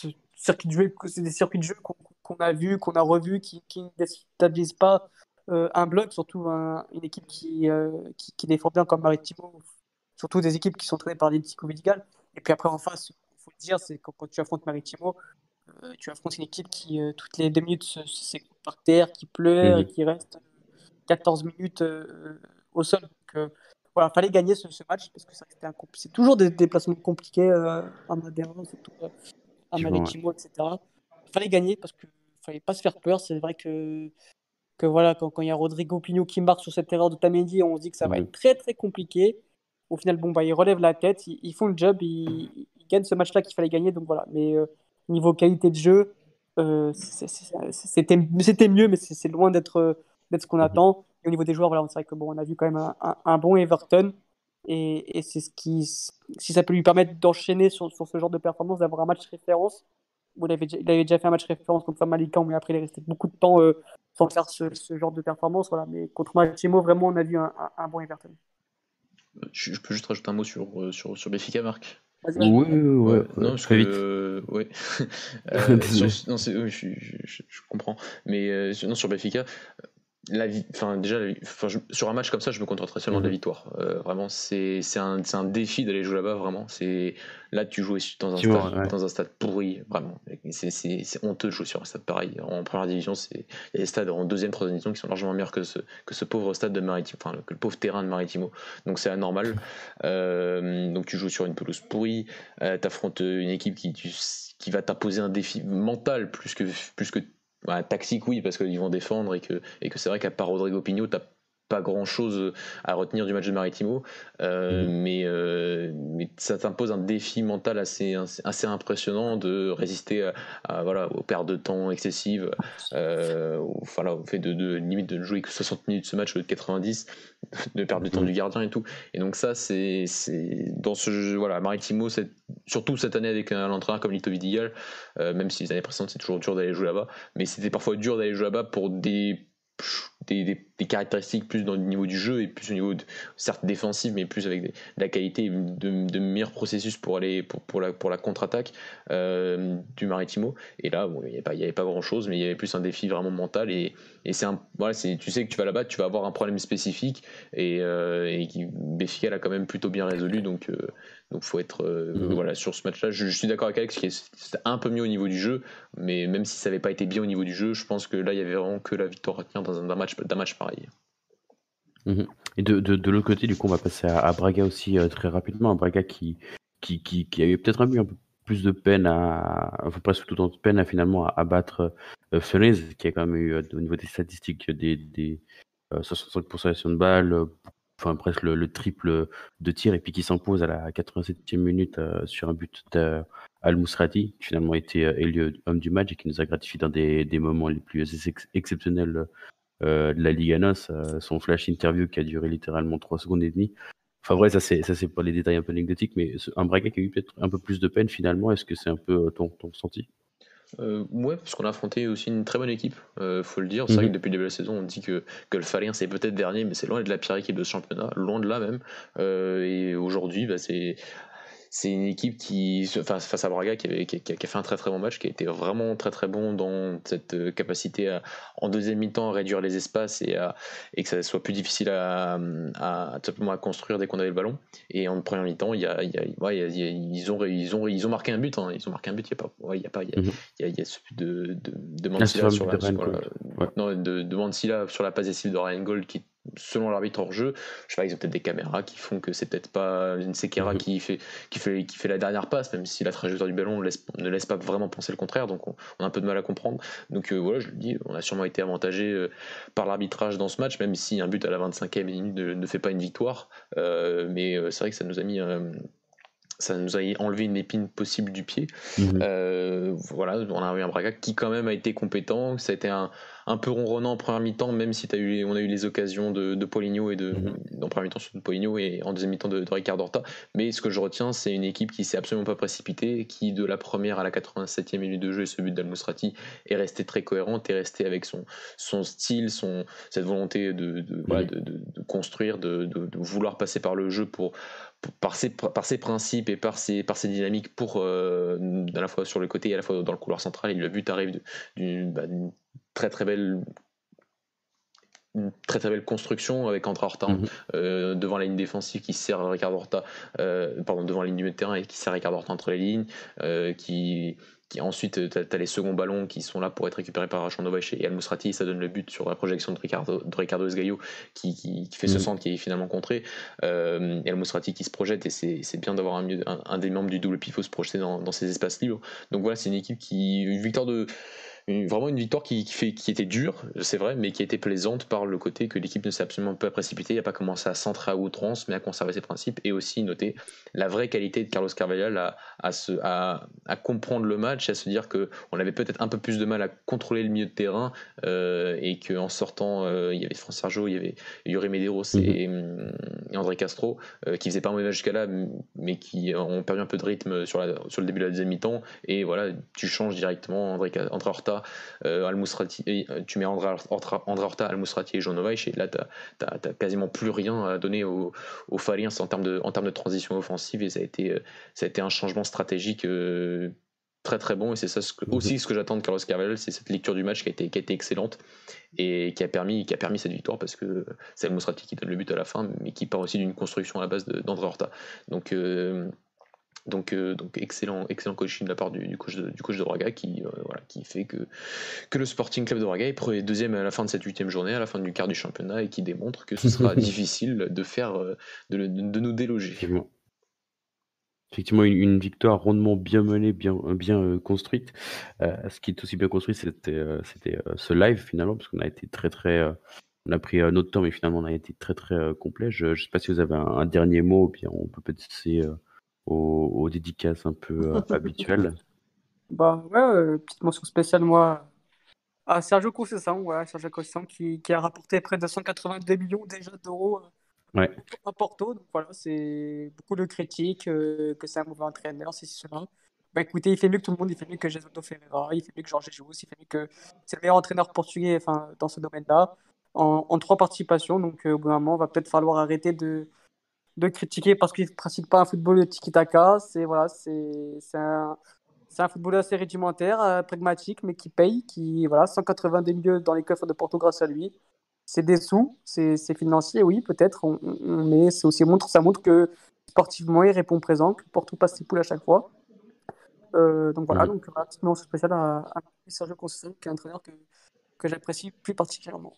circuits de jeu, c'est des circuits de jeu qu'on qu'on a vus, qu'on a revus, qui, qui ne déstabilisent pas euh, un bloc, surtout un- une équipe qui, euh, qui, qui défend bien comme Maritimo, surtout des équipes qui sont entraînées par des Tico Vidigal. Et puis après, en face, il faut le dire, c'est quand, quand tu affrontes Maritimo, euh, tu affrontes une équipe qui, euh, toutes les deux minutes, se- se- s'écroule par terre, qui pleure et Mhm. qui reste quatorze minutes euh, au sol. Donc, euh, voilà, fallait gagner ce, ce match parce que ça, c'était un compl- c'est toujours des déplacements compliqués euh, à Madère, surtout euh, à Effectivement, ouais. Maritimo, et cetera. Il fallait gagner parce qu'il ne fallait pas se faire peur. C'est vrai que, que voilà, quand, quand il y a Rodrigo Pinho qui marque sur cette erreur de Tamendi, on se dit que ça va Mhm. être très très compliqué. Au final, bon, bah, ils relèvent la tête, ils, ils font le job, ils, ils gagnent ce match-là qu'il fallait gagner. Donc voilà. Mais euh, niveau qualité de jeu, euh, c'est- c'est- c'était c'était mieux, mais c'est c'est loin d'être euh, d'être ce qu'on Mhm. attend. Et au niveau des joueurs, voilà, c'est vrai que bon, on a vu quand même un, un- un bon Everton. Et, et c'est ce qui, si ça peut lui permettre d'enchaîner sur, sur ce genre de performance, d'avoir un match référence. Bon, il, avait, déjà- il avait déjà fait un match référence contre Famalicão, mais après il est resté beaucoup de temps euh, sans faire ce, ce genre de performance. Voilà. Mais contre Maritimo, vraiment, on a vu un, un, un bon Everton. Je, je peux juste rajouter un mot sur, euh, sur, sur Benfica, Marc. Vas-y, vas-y. Oui, oui, oui, Ouais, ouais, non, ouais, parce que très vite. euh, ouais, Euh, sur, Désolé. non, c'est, oui, je, je, je- je comprends, mais euh, sur- non, sur Benfica, la vie, enfin déjà, la vi- enfin, je- sur un match comme ça, je me contenterai seulement de la Mhm. victoire. Euh, vraiment, c'est c'est un, c'est un défi d'aller jouer là-bas. Vraiment, c'est là tu joues aussi dans un Effectivement, stade ouais. dans un stade pourri. Vraiment, c'est c'est- c'est honteux de jouer sur un stade pareil. En première division, c'est il y a des stades en deuxième, troisième division qui sont largement meilleurs que ce que ce pauvre stade de Maritimo, enfin que le pauvre terrain de Maritimo. Donc c'est anormal. Euh, donc tu joues sur une pelouse pourrie. Euh, T'affrontes une équipe qui tu- qui va t'imposer un défi mental plus que plus que bah, tactique, oui, parce qu'ils vont défendre et que, et que c'est vrai qu'à part Rodrigo Pinho, t'as pas grand chose à retenir du match de Maritimo, euh, Mhm. mais, euh, mais ça t'impose un défi mental assez, assez impressionnant de résister à, à, voilà, aux pertes de temps excessives, euh, au, enfin, là, au fait de, de limite de jouer que soixante minutes ce match au lieu de quatre-vingt-dix, de perdre du temps Mhm. du gardien et tout. Et donc, ça, c'est dans ce jeu, voilà, Maritimo, surtout cette année avec un entraîneur comme Lito Vidigal, euh, même si les années précédentes c'est toujours dur d'aller jouer là-bas, mais c'était parfois dur d'aller jouer là-bas pour des, des, des, des caractéristiques plus dans le niveau du jeu et plus au niveau de, certes défensif, mais plus avec des, de la qualité de, de meilleurs processus pour aller pour, pour la, pour la contre-attaque euh, du Maritimo. Et là, bon, il n'y avait pas, il y avait pas grand-chose, mais il y avait plus un défi vraiment mental. Et, et c'est un, voilà, c'est, tu sais que tu vas là-bas, tu vas avoir un problème spécifique et, euh, et qui Béfica l'a quand même plutôt bien résolu. Donc, euh, donc faut être euh, Mhm. voilà sur ce match-là. Je, je suis d'accord avec Alex, qui est- c'était un peu mieux au niveau du jeu, mais même si ça n'avait pas été bien au niveau du jeu, je pense que là il y avait vraiment que la victoire à tenir dans un, d'un match, d'un match pareil. Mhm. Et de, de, de l'autre côté, du coup, on va passer à, à Braga aussi euh, très rapidement. Un Braga qui, qui, qui, qui a eu peut-être un peu, un peu plus de peine à, enfin presque tout autant de peine à finalement à, à battre euh, Fenez, qui a quand même eu euh, au niveau des statistiques des, des euh, soixante-cinq pour cent de balles, euh, enfin presque le, le triple de tir, et puis qui s'impose à la quatre-vingt-septième minute euh, sur un but d'Al-Mousrati, qui finalement a été euh, élu homme du match et qui nous a gratifié dans des, des moments les plus ex- exceptionnels euh, de la Liga N O S, euh, son flash interview qui a duré littéralement trois secondes et demie. Enfin vrai, ça c'est ça c'est pour les détails un peu anecdotiques, mais ce- un Braga qui a eu peut-être un peu plus de peine finalement. Est-ce que c'est un peu euh, ton, ton ressenti? Euh, ouais, parce qu'on a affronté aussi une très bonne équipe, euh, faut le dire. C'est vrai que Mhm. depuis le début de la saison, on dit que, que le Falien c'est peut-être dernier, mais c'est loin de la pire équipe de ce championnat, loin de là même. Euh, et aujourd'hui, bah, c'est c'est une équipe qui, enfin, face à Braga, qui, avait, qui, qui a fait un très très bon match, qui a été vraiment très très bon dans cette euh, capacité à, en deuxième mi-temps, à réduire les espaces et, à, et que ça soit plus difficile à, à, à tout simplement à construire dès qu'on avait le ballon. Et en première mi-temps, il y a, il y a, ouais, il y a- il y a- ils, ont, ils, ont, ils ont marqué un but. Hein, ils ont marqué un but. Il y a pas, ouais, il y a pas, il y a, Mhm. il y a, il y a ce but de, de, de Ah, c'est Mansilla un sur but de la, Ryan sur la- Gold. Ouais. non, de, de Mansilla sur la passe décisive de Ryan Gold qui, selon l'arbitre hors jeu, je sais pas, ils ont peut-être des caméras qui font que c'est peut-être pas une Sekera Mhm. qui fait, qui, fait, qui fait la dernière passe, même si la trajectoire du ballon ne laisse, ne laisse pas vraiment penser le contraire, donc on, on a un peu de mal à comprendre. Donc euh, voilà, je le dis, on a sûrement été avantagé euh, par l'arbitrage dans ce match, même si un but à la vingt-cinquième minute ne, ne fait pas une victoire. Euh, mais euh, c'est vrai que ça nous a mis. Euh, ça nous a enlevé une épine possible du pied. Mhm. Euh, voilà, on a eu un Braga qui quand même a été compétent. Ça a été un, un peu ronronnant en première mi-temps, même si t'as eu, on a eu les occasions de, de Paulinho et de, Mhm. en première mi-temps sur Paulinho et en deuxième mi-temps de, de Ricardo Horta. Mais ce que je retiens, c'est une équipe qui s'est absolument pas précipitée, qui de la première à la quatre-vingt-septième minute de jeu et ce but d'Al-Mousrati est restée très cohérente, est restée avec son, son style, son, cette volonté de, de, voilà, Mhm. de, de, de construire, de, de, de vouloir passer par le jeu pour par ses, par ses principes et par ses, par ses dynamiques pour euh, à la fois sur le côté et à la fois dans le couloir central, et le but arrive de- d'une bah, d'une très très belle une très très belle construction avec André Horta hein, Mhm. euh, devant la ligne défensive qui sert Ricardo Horta, euh, pardon, devant la ligne du milieu de terrain et qui sert Ricardo Horta entre les lignes, euh, qui, qui ensuite tu as les seconds ballons qui sont là pour être récupérés par Chandovache et Al Musrati, et ça donne le but sur la projection de Ricardo, de Ricardo Esgaio qui, qui, qui fait ce Mhm. centre qui est finalement contré, euh, et Al Musrati qui se projette, et c'est bien d'avoir un, un, un des membres du double pivot se projeter dans, dans ces espaces libres. Donc voilà, c'est une équipe qui, une victoire de une, vraiment une victoire qui, qui, fait, qui était dure, c'est vrai, mais qui était plaisante par le côté que l'équipe ne s'est absolument pas précipitée, il n'a pas commencé à centrer à outrance, mais à conserver ses principes, et aussi noter la vraie qualité de Carlos Carvalhal à, à, se, à, à comprendre le match, à se dire qu'on avait peut-être un peu plus de mal à contrôler le milieu de terrain, euh, et qu'en sortant, euh, il y avait Fran Sergio, il y avait Yuri Medeiros et, Mhm. et André Castro, euh, qui faisaient pas un mauvais match jusqu'à là, mais qui ont perdu un peu de rythme sur, la, sur le début de la deuxième mi-temps, et voilà, tu changes directement André, André Horta, Euh, Al Musrati, tu mets André Horta, André Horta, Al Musrati et João Novaes, et là tu n'as quasiment plus rien à donner aux, aux Fariens en termes de, en termes de transition offensive, et ça a été, ça a été un changement stratégique euh, très très bon, et c'est ça ce que, aussi Mhm. ce que j'attends de Carlos Carvalhal, c'est cette lecture du match qui a été, qui a été excellente et qui a permis, qui a permis cette victoire, parce que c'est Al Musrati qui donne le but à la fin, mais qui part aussi d'une construction à la base d'André Horta. Donc euh, donc, euh, donc excellent, excellent coaching de la part du, du coach de, du coach de Braga, qui, euh, voilà, qui fait que, que le Sporting Club de Braga est deuxième à la fin de cette huitième journée, à la fin du quart du championnat, et qui démontre que ce sera difficile de faire euh, de, de, de nous déloger. Effectivement. Effectivement, une, une victoire rondement bien menée, bien, bien euh, construite. Euh, ce qui est aussi bien construit, c'était euh, c'était euh, ce live finalement, parce qu'on a été très très, euh, on a pris euh, notre temps, mais finalement on a été très très euh, complet. Je ne sais pas si vous avez un, un dernier mot, ou bien on peut peut-être passer euh, aux, aux dédicaces un peu euh, habituelles. Bah ouais, euh, petite mention spéciale, moi, à Sergio Conceição, ouais, Sergio Conceição qui, qui a rapporté près de cent quatre-vingt-deux millions déjà d'euros euh, Ouais. à Porto. Donc voilà, c'est beaucoup de critiques, euh, que c'est un mauvais entraîneur, c'est cela. Bah écoutez, il fait mieux que tout le monde, il fait mieux que Jesualdo Ferreira, il fait mieux que Jorge Jesus, il fait mieux que. C'est le meilleur entraîneur portugais, enfin, dans ce domaine-là, en, en trois participations. Donc euh, au bout d'un moment, va peut-être falloir arrêter de, de critiquer parce qu'il ne pratique pas un football de tiki-taka. C'est voilà, c'est c'est un, c'est un football assez rudimentaire, euh, pragmatique, mais qui paye, qui voilà, cent quatre-vingt-deux milieux dans les coffres de Porto grâce à lui. C'est des sous, c'est c'est financier, oui, peut-être, on- on- mais c'est aussi montre, ça montre que sportivement, il répond présent, que Porto passe ses poules à chaque fois. Euh, donc voilà, Mhm. donc voilà, petite mention spéciale à, à Sergio Conceição, qui est un entraîneur que, que j'apprécie plus particulièrement.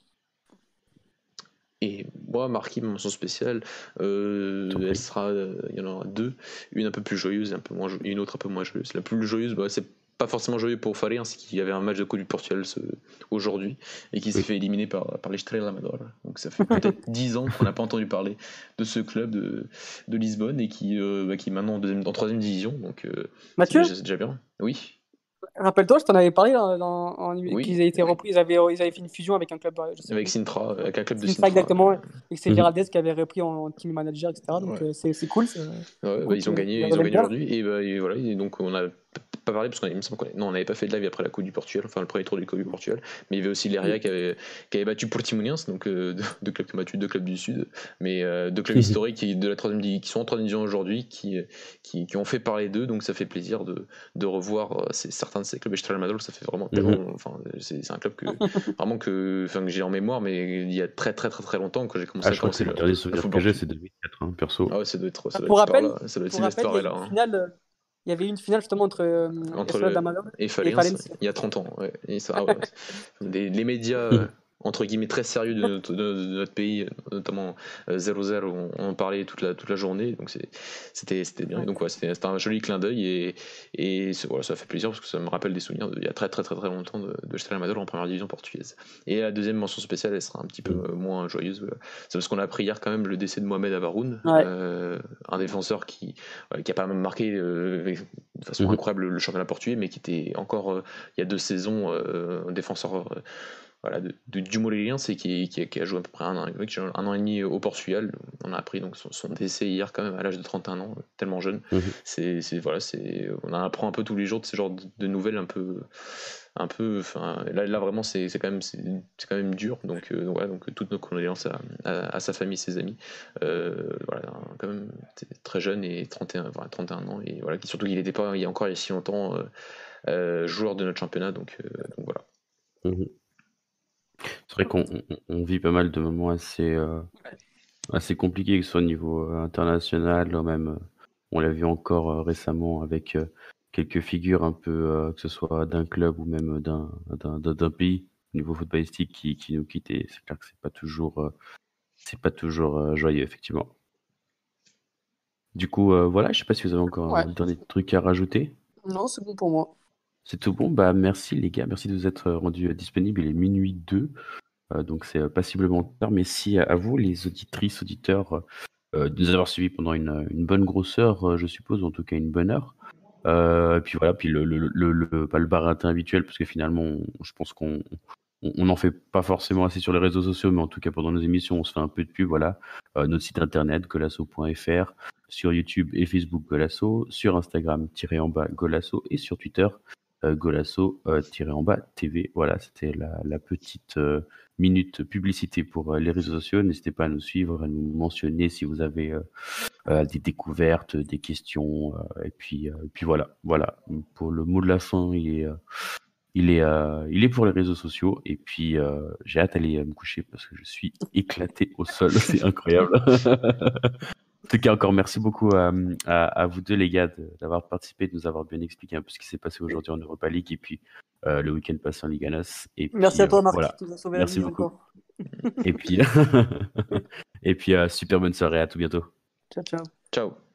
Et moi, Marquis, ma mention spéciale, T'en euh, elle prie. sera, euh, il y en aura deux, une un peu plus joyeuse et un peu moins jo- et une autre un peu moins joyeuse. La plus joyeuse, bah, c'est pas forcément joyeux pour Fari, hein, c'est qu'il y avait un match de Coupe du Portugal ce- aujourd'hui, et qui s'est Oui. fait éliminer par, par les Estrela Amadora. Donc ça fait peut-être dix ans qu'on n'a pas entendu parler de ce club de, de Lisbonne, et qui, euh, bah, qui est maintenant en, deuxième, en troisième division, donc euh, c'est Mathieu, déjà, c'est déjà bien. Oui, rappelle-toi, je t'en avais parlé dans, dans- en- oui, qu'ils avaient été repris, ils avaient, ils avaient fait une fusion avec un club, euh, je sais avec plus. Sintra, avec un club de Sintra Sintra. exactement, et c'est Mhm. Géraldez qui avait repris en, en team manager, et cetera. Donc Ouais. euh, c'est c'est cool. c'est- Ouais, bah, Écoute, ils ont euh, gagné, il ils ont revient gagné bien. aujourd'hui, et, bah, et voilà, et donc on a pas parlé parce qu'on il me semble qu'on non, on n'avait pas fait de live après la Coupe du Portugal, enfin le premier tour du Coupe du Portugal, mais il y avait aussi Leria qui avait, qui avait battu Portimonense, donc euh, deux, deux clubs qui ont battu deux clubs du Sud, mais euh, deux clubs historiques qui, de la troisième, divi- qui sont en troisième division aujourd'hui, qui, qui, qui ont fait parler d'eux, donc ça fait plaisir de, de revoir euh, ces- certains de ces clubs. Estrela Madrid, ça fait vraiment tellement, Mhm. enfin c'est c'est un club que vraiment que, enfin, que j'ai en mémoire, mais il y a très très très très longtemps que j'ai commencé Ah, à je crois que commencer le le, dernier le souvenir que football j'ai, portugais. c'est deux mille quatre, hein, perso. Ah ouais, ça doit être, ça doit Pour être par rappel, là, ça doit être pour ces rappel, il y a eu là. une Hein. finale, euh, il y avait eu une finale justement entre euh, Entre Estrela le Damador et et Faliens, Valencia. il y a trente ans. Ouais. Et ça, ah ouais. Des- les médias, euh, entre guillemets, très sérieux de notre, de, de notre pays, notamment euh, zéro zéro, on, on en parlait toute la, toute la journée, donc c'est- c'était c'était bien. Et donc ouais, c'était c'était un joli clin d'œil, et, et c'est- voilà, ça fait plaisir parce que ça me rappelle des souvenirs de- il y a très très très très longtemps de, de Estrela Amador en première division portugaise. Et la deuxième mention spéciale, elle sera un petit peu Mhm. euh, moins joyeuse. Voilà. C'est parce qu'on a appris hier quand même le décès de Mohamed Avaroun, Ouais. euh, un défenseur qui, ouais, qui a pas même marqué euh, de façon Mhm. incroyable le championnat portugais, mais qui était encore euh, il y a deux saisons euh, un défenseur euh, voilà, de, de Dumoulin, c'est qui, qui, qui a joué à peu près un an, un an et demi au Portugal. On a appris donc son, son décès hier quand même à l'âge de trente et un ans, tellement jeune. Mmh. C'est, c'est, voilà, c'est, on en apprend un peu tous les jours de ce genre de, de nouvelles un peu, un peu, enfin, là, là vraiment c'est, c'est quand même, c'est, c'est quand même dur. Donc, euh, ouais, donc toutes nos condoléances à, à, à sa famille, ses amis. Euh, voilà, quand même très jeune et trente et un, voilà, trente et un ans et voilà, surtout qu'il n'était pas, il y a encore il y a si longtemps, euh, euh, joueur de notre championnat. Donc, euh, donc voilà. Mmh. C'est vrai qu'on on, on vit pas mal de moments assez, euh, assez compliqués, que ce soit au niveau euh, international, ou même, euh, on l'a vu encore euh, récemment avec euh, quelques figures un peu, euh, que ce soit d'un club ou même d'un, d'un, d'un, d'un pays, au niveau footballistique, qui, qui nous quittent. Et c'est clair que c'est pas toujours, euh, c'est pas toujours euh, joyeux, effectivement. Du coup, euh, voilà, je sais pas si vous avez encore Ouais. un dernier truc à rajouter. Non, c'est bon pour moi. C'est tout bon. Bah, merci les gars, merci de vous être rendus disponibles. Il est minuit deux. Euh, donc c'est euh, passiblement tard. Merci à, à vous, les auditrices, auditeurs, euh, de nous avoir suivis pendant une, une bonne grosse heure, euh, je suppose, ou en tout cas une bonne heure. Euh, et puis voilà, puis le, le, le, le, pas le baratin habituel, parce que finalement, on, je pense qu'on on n'en fait pas forcément assez sur les réseaux sociaux, mais en tout cas pendant nos émissions, on se fait un peu de pub. Voilà, euh, notre site internet golasso point f r, sur YouTube et Facebook Golasso, sur Instagram tiré en bas Golasso et sur Twitter euh, Golasso euh, tiré en bas T V. Voilà, c'était la, la petite euh, minute publicité pour euh, les réseaux sociaux. N'hésitez pas à nous suivre, à nous mentionner si vous avez euh, euh, des découvertes, des questions, euh, et puis, euh, puis voilà, voilà. Pour le mot de la fin, il est, euh, il est, euh, il est pour les réseaux sociaux. Et puis euh, j'ai hâte d'aller me coucher parce que je suis éclaté au sol. C'est incroyable. En tout cas, encore merci beaucoup à, à, à vous deux les gars de, d'avoir participé, de nous avoir bien expliqué un peu ce qui s'est passé aujourd'hui en Europa League et puis euh, le week-end passé en Liga N O S. Et merci puis, à toi, Marc. Euh, voilà. Tu nous as sauvé merci la vie beaucoup. encore. Et puis, et puis euh, super bonne soirée. À tout bientôt. Ciao, ciao. Ciao.